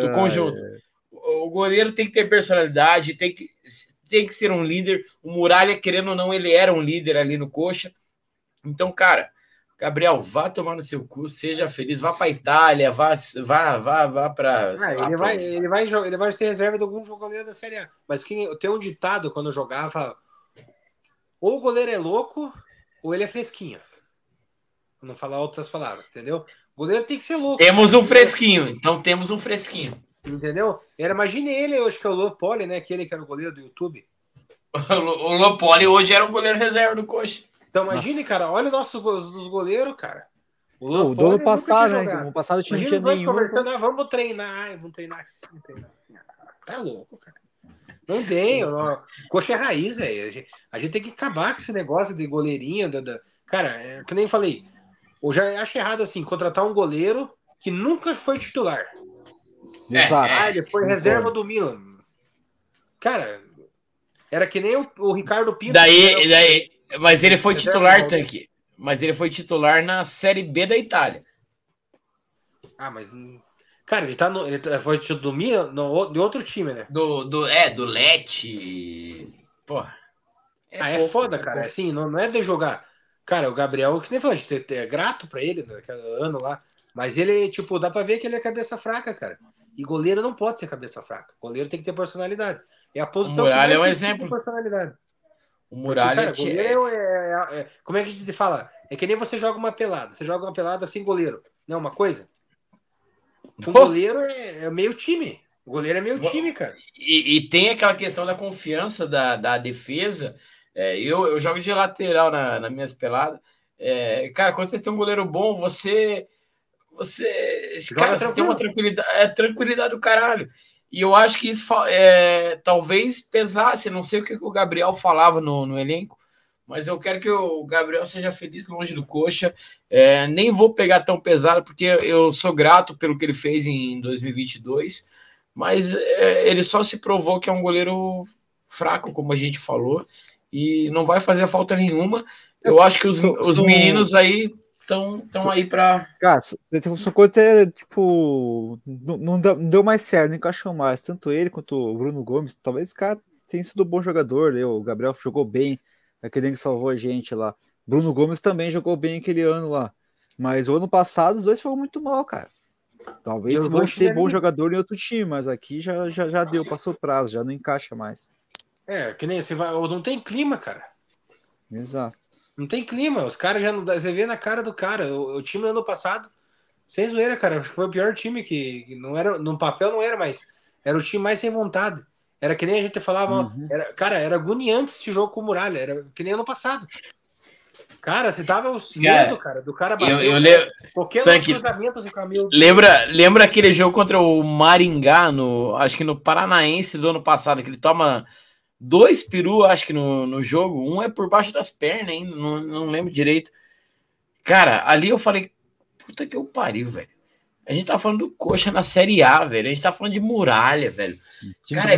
O goleiro tem que ter personalidade, tem que ser um líder. O Muralha, querendo ou não, ele era um líder ali no Coxa. Então, cara, Gabriel, vá tomar no seu cu, seja feliz, vá para Itália, vá para. Ele vai ser reserva de algum goleiro da Série A. Mas tem um ditado quando eu jogava: ou o goleiro é louco, ou ele é fresquinho. Pra não falar outras palavras, entendeu? O goleiro tem que ser louco. Temos um fresquinho, então temos um fresquinho. Entendeu? Imagine ele, eu acho que é o Lopoli, né? Aquele que era o goleiro do YouTube. O Lopoli hoje era o goleiro reserva do Coxa. Então imagine, cara, olha os goleiros, cara. O do ano passado, né? No passado tinha nenhum. Vamos treinar assim. Tá louco, cara. Não tem. Coxa é raiz, velho. A gente tem que acabar com esse negócio de goleirinho. Cara, que nem falei. Eu já acho errado, assim, contratar um goleiro que nunca foi titular. Exato. Ele foi reserva do Milan. Cara, era que nem o Ricardo Pinto. Mas ele foi titular, Tanque. Mas ele foi titular na Série B da Itália. Mas... Cara, ele foi titular do Milan, de outro time, né? Do Lecce. Porra. É foda, cara. Assim, não é de jogar. Cara, o Gabriel, que nem falou, a gente é grato pra ele naquele ano lá. Mas ele, tipo, dá pra ver que ele é cabeça fraca, cara. E goleiro não pode ser cabeça fraca. Goleiro tem que ter personalidade. É a posição o Muralha que é um exemplo. Personalidade. O Muralha porque, cara, goleiro como é que a gente fala? É que nem você joga uma pelada. Você joga uma pelada sem goleiro. Não é uma coisa? O goleiro é meio time. O goleiro é meio time, cara. E tem aquela questão da confiança da defesa. Eu jogo de lateral nas minhas peladas. Cara, quando você tem um goleiro bom, você tem uma tranquilidade do caralho. E eu acho que isso talvez pesasse. Não sei o que o Gabriel falava no elenco, mas eu quero que o Gabriel seja feliz longe do Coxa. Nem vou pegar tão pesado, porque eu sou grato pelo que ele fez em 2022, mas ele só se provou que é um goleiro fraco, como a gente falou, e não vai fazer falta nenhuma. Eu acho que os meninos aí estão aí para... Cara, são coisas até, tipo, não deu mais certo, não encaixou mais. Tanto ele quanto o Bruno Gomes, talvez esse cara tenha sido um bom jogador, né? O Gabriel jogou bem, aquele que salvou a gente lá. Bruno Gomes também jogou bem aquele ano lá. Mas o ano passado os dois foram muito mal, cara. Talvez vão ter bom jogador em outro time, mas aqui já deu, passou prazo, já não encaixa mais. Que nem você vai, não tem clima, cara. Exato. Não tem clima, os caras já não dá, você vê na cara do cara. O time do ano passado, sem zoeira, cara, acho que foi o pior time que não era, no papel não era, mas era o time mais sem vontade. Era que nem a gente falava, era agoniante esse jogo com o Muralha, era que nem ano passado. Cara, você tava o medo, cara, do cara bater. Eu lembro. Qualquer cruzamento assim, caminho. Lembra aquele jogo contra o Maringá, acho que no Paranaense do ano passado, que ele toma 2 peru, acho que no jogo, um é por baixo das pernas, hein? Não lembro direito. Cara, ali eu falei, puta que eu pariu, velho. A gente tá falando do Coxa na Série A, velho. A gente tá falando de Muralha, velho. Cara,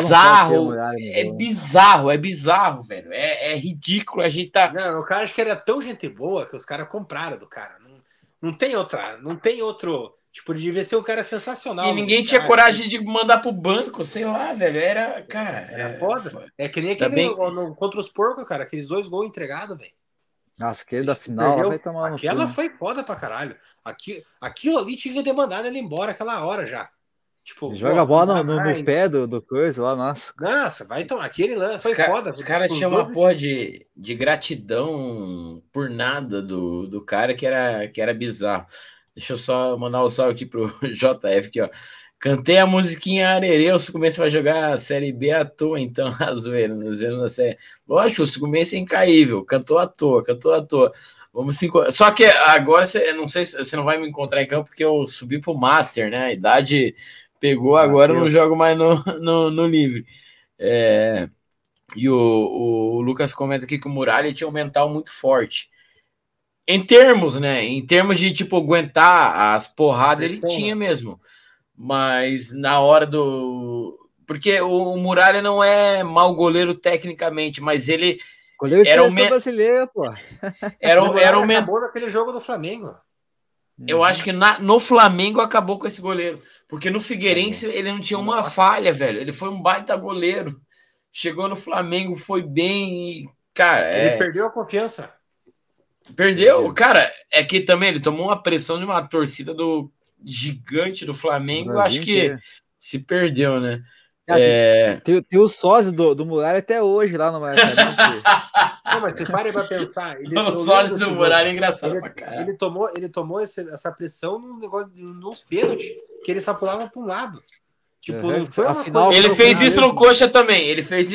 é bizarro, velho. É ridículo. A gente tá. Não, o cara acho que era tão gente boa que os caras compraram do cara. Não tem outro. Tipo, devia ser um cara sensacional. E ninguém tinha coragem de mandar pro banco, sei lá, velho. Era foda. É que nem aquele contra os porcos, cara. Aqueles 2 gols entregados, velho. Nossa, aquele da final vai tomar no Aquela foi foda pra caralho. Aquilo ali tinha que ter mandado ele embora aquela hora já. Tipo, joga a bola no pé do coisa lá, nossa. Nossa, vai tomar. Aquele lance foi foda. Os caras tinham uma porra de gratidão por nada do cara que era bizarro. Deixa eu só mandar um salve aqui pro JF aqui, ó. Cantei a musiquinha Arerê, o Sucumense vai jogar a Série B à toa, então, a zoeira, nos vendo na série. Lógico, o Sucumense é incaível, cantou à toa. Vamos Só que agora, não sei se você não vai me encontrar em campo, porque eu subi pro Master, né? A idade pegou, agora eu não jogo mais no livre. E o Lucas comenta aqui que o Muralha tinha um mental muito forte. Em termos de, tipo, aguentar as porradas, ele tinha mesmo. Mas na hora porque o Muralha não é mau goleiro tecnicamente, mas ele goleiro era o brasileiro, pô. Era o acabou naquele jogo do Flamengo. Eu acho que no Flamengo acabou com esse goleiro, porque no Figueirense ele não tinha uma falha, velho. Ele foi um baita goleiro. Chegou no Flamengo, foi bem e, cara, ele perdeu a confiança. Perdeu, cara, é que também ele tomou uma pressão de uma torcida gigante do Flamengo, acho que se perdeu, né? Tem o sósia do Muralha até hoje lá no Maracanã. Não, mas você para pra pensar. O sósia do Muralha é engraçado pra caralho. Ele tomou essa pressão num negócio nos pênaltis, que ele só pulava pra um lado. Tipo, não foi uma final, ele fez isso no Coxa também.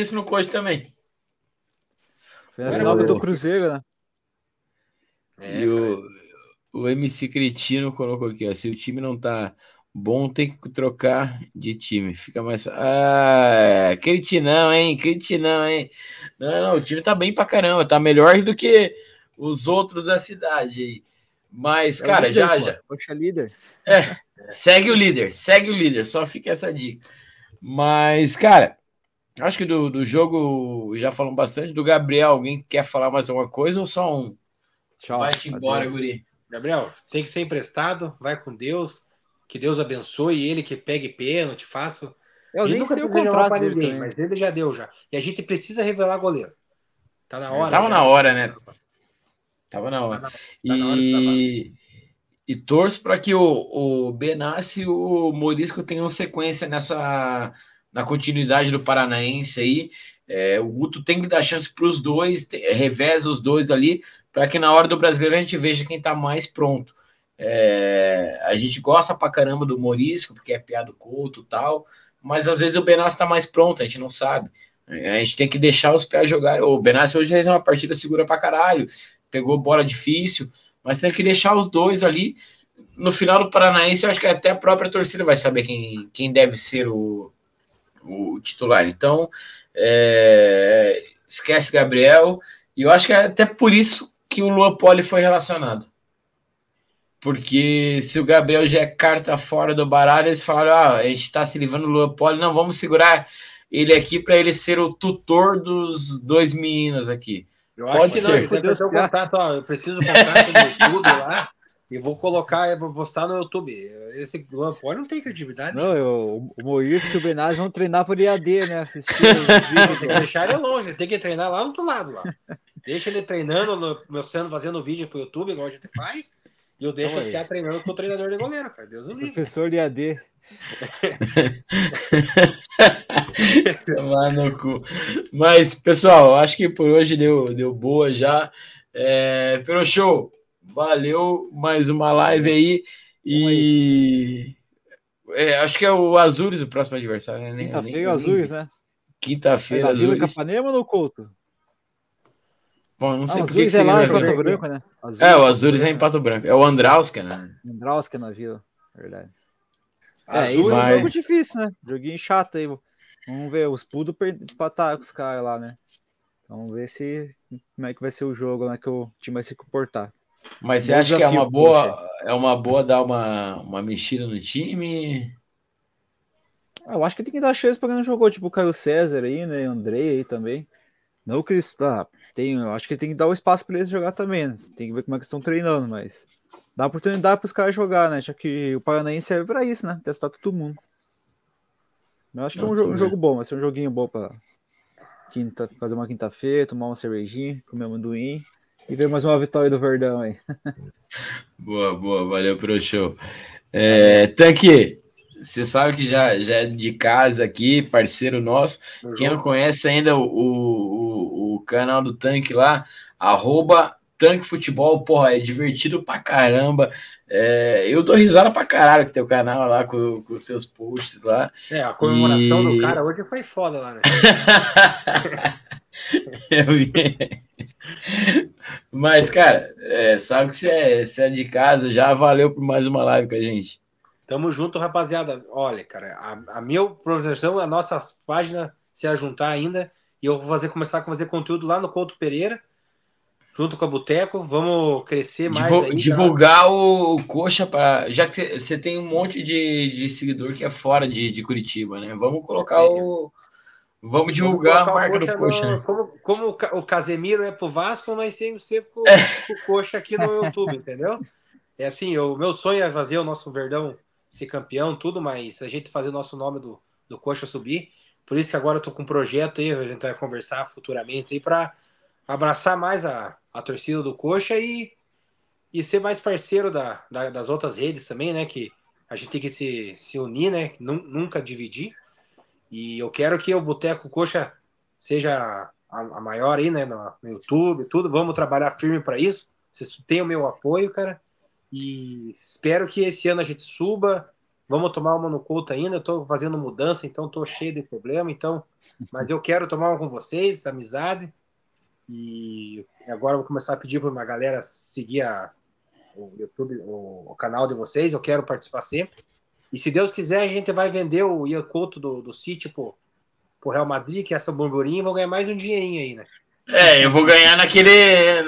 Foi na final do Cruzeiro, né? E o MC Cretino colocou aqui, ó, se o time não tá bom, tem que trocar de time. Fica mais... Cretinão, hein? Não, o time tá bem pra caramba, tá melhor do que os outros da cidade aí. Mas, cara, líder, já. Poxa, líder. Segue o líder, só fica essa dica. Mas, cara, acho que do jogo já falamos bastante. Do Gabriel, alguém quer falar mais alguma coisa ou só um? Tchau. Vai-te embora, guri. Gabriel, tem que ser emprestado, vai com Deus, que Deus abençoe ele, que pegue pênalti, faça. Eu nem sei o contrato dele também, mas ele já deu já. E a gente precisa revelar goleiro. Tá na hora. Tava na hora, né? Tava na hora. E torço para que o Benassi e o Morisco tenham sequência na continuidade do Paranaense aí. O Guto tem que dar chance para os dois, reveza os dois ali, para que na hora do Brasileiro a gente veja quem está mais pronto. A gente gosta pra caramba do Morisco, porque é piado Couto e tal, mas às vezes o Benassi está mais pronto, a gente não sabe. A gente tem que deixar os pés jogar. O Benassi hoje fez uma partida segura pra caralho, pegou bola difícil, mas tem que deixar os dois ali. No final do Paranaense, eu acho que até a própria torcida vai saber quem deve ser o titular. Então, esquece Gabriel. E eu acho que é até por isso que o Luan Poli foi relacionado. Porque se o Gabriel já é carta fora do baralho, eles falaram, a gente tá se livrando do Luan Poli, não, vamos segurar ele aqui para ele ser o tutor dos 2 meninos aqui. Eu acho que não, ele vai fazer o contato, ó, eu preciso do contato do YouTube lá e vou colocar, vou postar no YouTube. Esse Lampoli não tem credibilidade. Não, o Maurício e o Benaz vão treinar por IAD, né? Assistir os vídeos. Tem que deixar ele longe, ele tem que treinar lá no outro lado. Lá. Deixa ele treinando, fazendo vídeo pro YouTube, igual a gente faz, e eu deixo ele treinando com o treinador de goleiro, cara. Deus o livre. Professor de IAD. Lá no cu. Mas, pessoal, acho que por hoje deu boa já. Pelo show, valeu, mais uma live aí. E acho que é o Azures o próximo adversário, né? Quinta-feira o Azures, né? Quinta-feira, na Vila Capanema ou no Couto? Bom, não sei o Azures é lá em Pato Branco, né? O Azures é em Pato Branco. É o Andrausca, né? Andrausca na Vila, verdade. Isso é um jogo difícil, né? Joguinho chato aí. Vamos ver, os Pudos empataram com os caras lá, né? Vamos ver como é que vai ser o jogo, né? Que o time vai se comportar. Mas você acha que é uma boa dar uma mexida no time? Eu acho que tem que dar chance pra quem não jogou, tipo o Caio César aí, né? Andrei aí também. Não que eles. Eu acho que tem que dar o espaço pra eles jogar também, né? Tem que ver como é que estão treinando, mas dá oportunidade pros caras jogar, né? Já que o Paranaense serve pra isso, né? Testar todo mundo. Eu acho que é um jogo bom, vai ser um joguinho bom pra fazer uma quinta-feira, tomar uma cervejinha, comer um amendoim e ver mais uma vitória do Verdão aí. Boa, valeu pro show. Tanque, você sabe que já é de casa aqui, parceiro nosso. Quem não conhece ainda o canal do Tanque lá, @Tanque Futebol, porra, é divertido pra caramba. Eu dou risada pra caralho com teu canal lá, com os teus posts lá. A comemoração do cara hoje foi foda lá, né? Eu vi. Mas, cara, sabe que você é de casa, já valeu por mais uma live com a gente. Tamo junto, rapaziada. Olha, cara, a minha projeção, a nossa página se ajuntar ainda, e eu vou começar a fazer conteúdo lá no Couto Pereira, junto com a Boteco. Vamos crescer mais aí. Divulgar o Coxa, já que você tem um monte de seguidor que é fora de Curitiba, né? Vamos colocar Vamos divulgar a marca do Coxa, né? Como o Casemiro é pro Vasco, nós temos que ser com o Coxa aqui no YouTube, entendeu? É assim, o meu sonho é fazer o nosso Verdão ser campeão, tudo, mas a gente fazer o nosso nome do Coxa subir. Por isso que agora eu tô com um projeto aí, a gente vai conversar futuramente aí para abraçar mais a torcida do Coxa e ser mais parceiro das outras redes também, né? Que a gente tem que se unir, né? Nunca dividir. E eu quero que o Boteco Coxa seja a maior aí, né? No YouTube, tudo. Vamos trabalhar firme para isso. Vocês têm o meu apoio, cara. E espero que esse ano a gente suba. Vamos tomar uma no Couto ainda. Eu tô fazendo mudança, então tô cheio de problema. Mas eu quero tomar uma com vocês, amizade. E agora eu vou começar a pedir para uma galera seguir o YouTube, o canal de vocês. Eu quero participar sempre. E se Deus quiser, a gente vai vender o Ian Couto do City pro Real Madrid, que é essa burburinha, e vou ganhar mais um dinheirinho aí, né? Eu vou ganhar naquele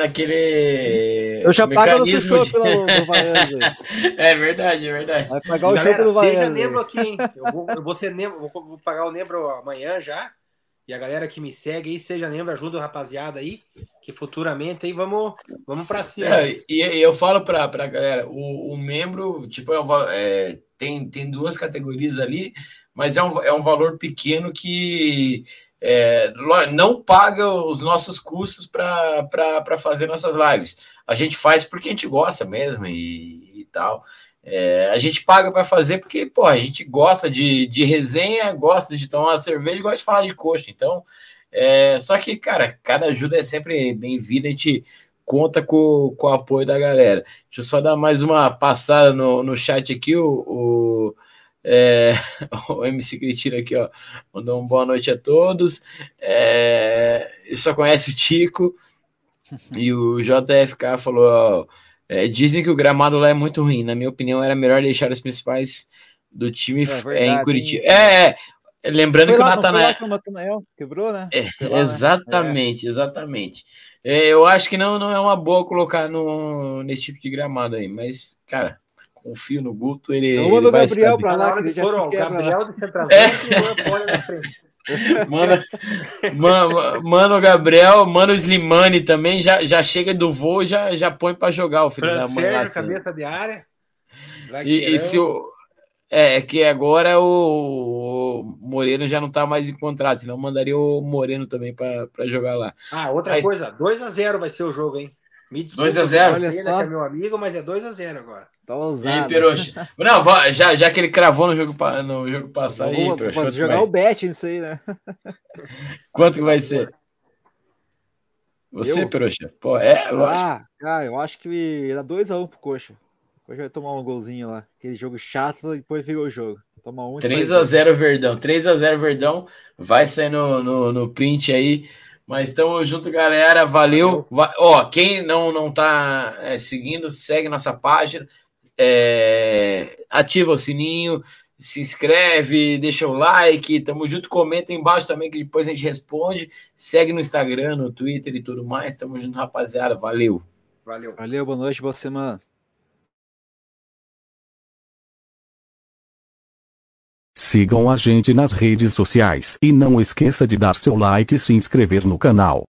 eu já pago no show pelo Vaiano. É verdade. Vai pagar o show pelo Vaiano. Seja membro aqui, hein? Eu vou ser membro, vou pagar o membro amanhã já. E a galera que me segue aí, seja membro, ajuda o rapaziada aí, que futuramente aí vamos pra cima. E eu falo pra galera, o membro, tipo, tem duas categorias ali, mas é um valor pequeno que não paga os nossos custos para fazer nossas lives. A gente faz porque a gente gosta mesmo e tal. A gente paga para fazer porque, pô, a gente gosta de resenha, gosta de tomar uma cerveja e gosta de falar de coxa. Então, só que, cara, cada ajuda é sempre bem-vinda, a gente conta com o apoio da galera. Deixa eu só dar mais uma passada no chat aqui, o MC Cretino aqui, ó, mandou uma boa noite a todos. Ele só conhece o Tico. E o JFK falou, ó, dizem que o gramado lá é muito ruim. Na minha opinião, era melhor deixar os principais do time em Curitiba. Lembrando que o Natanael quebrou, né? Exatamente. Eu acho que não é uma boa colocar nesse tipo de gramado aí, mas, cara, confio no Guto, ele. Então manda o vai Gabriel saber. pra lá, que ele já se quebra. Gabriel do centroavante e o Poli na frente. Mano, Gabriel, mano, Slimani também já chega do voo e já põe para jogar o filho da mãe lá. Assim. Cabeça de área. E se que agora o Moreno já não tá mais encontrado, senão mandaria o Moreno também para jogar lá. Outra coisa, 2-0 vai ser o jogo, hein? 2-0. Olha só, que é meu amigo, mas é 2-0 agora. Tá ousado. Não, já que ele cravou no jogo passado aí, posso jogar o bet nisso aí, né? Quanto que vai ser? Você, Peroxa? Pô, lógico. Cara, eu acho que dá 2-1 pro Coxa. O Coxa vai tomar um golzinho lá. Aquele jogo chato, depois fica o jogo. Toma 3-0 Verdão. 3-0 Verdão. Vai sair no print aí. Mas estamos junto, galera. Valeu. Quem não tá seguindo, segue nossa página. Ativa o sininho. Se inscreve, deixa o like. Tamo junto. Comenta aí embaixo também, que depois a gente responde. Segue no Instagram, no Twitter e tudo mais. Tamo junto, rapaziada. Valeu. Valeu, boa noite, boa semana. Sigam a gente nas redes sociais e não esqueça de dar seu like e se inscrever no canal.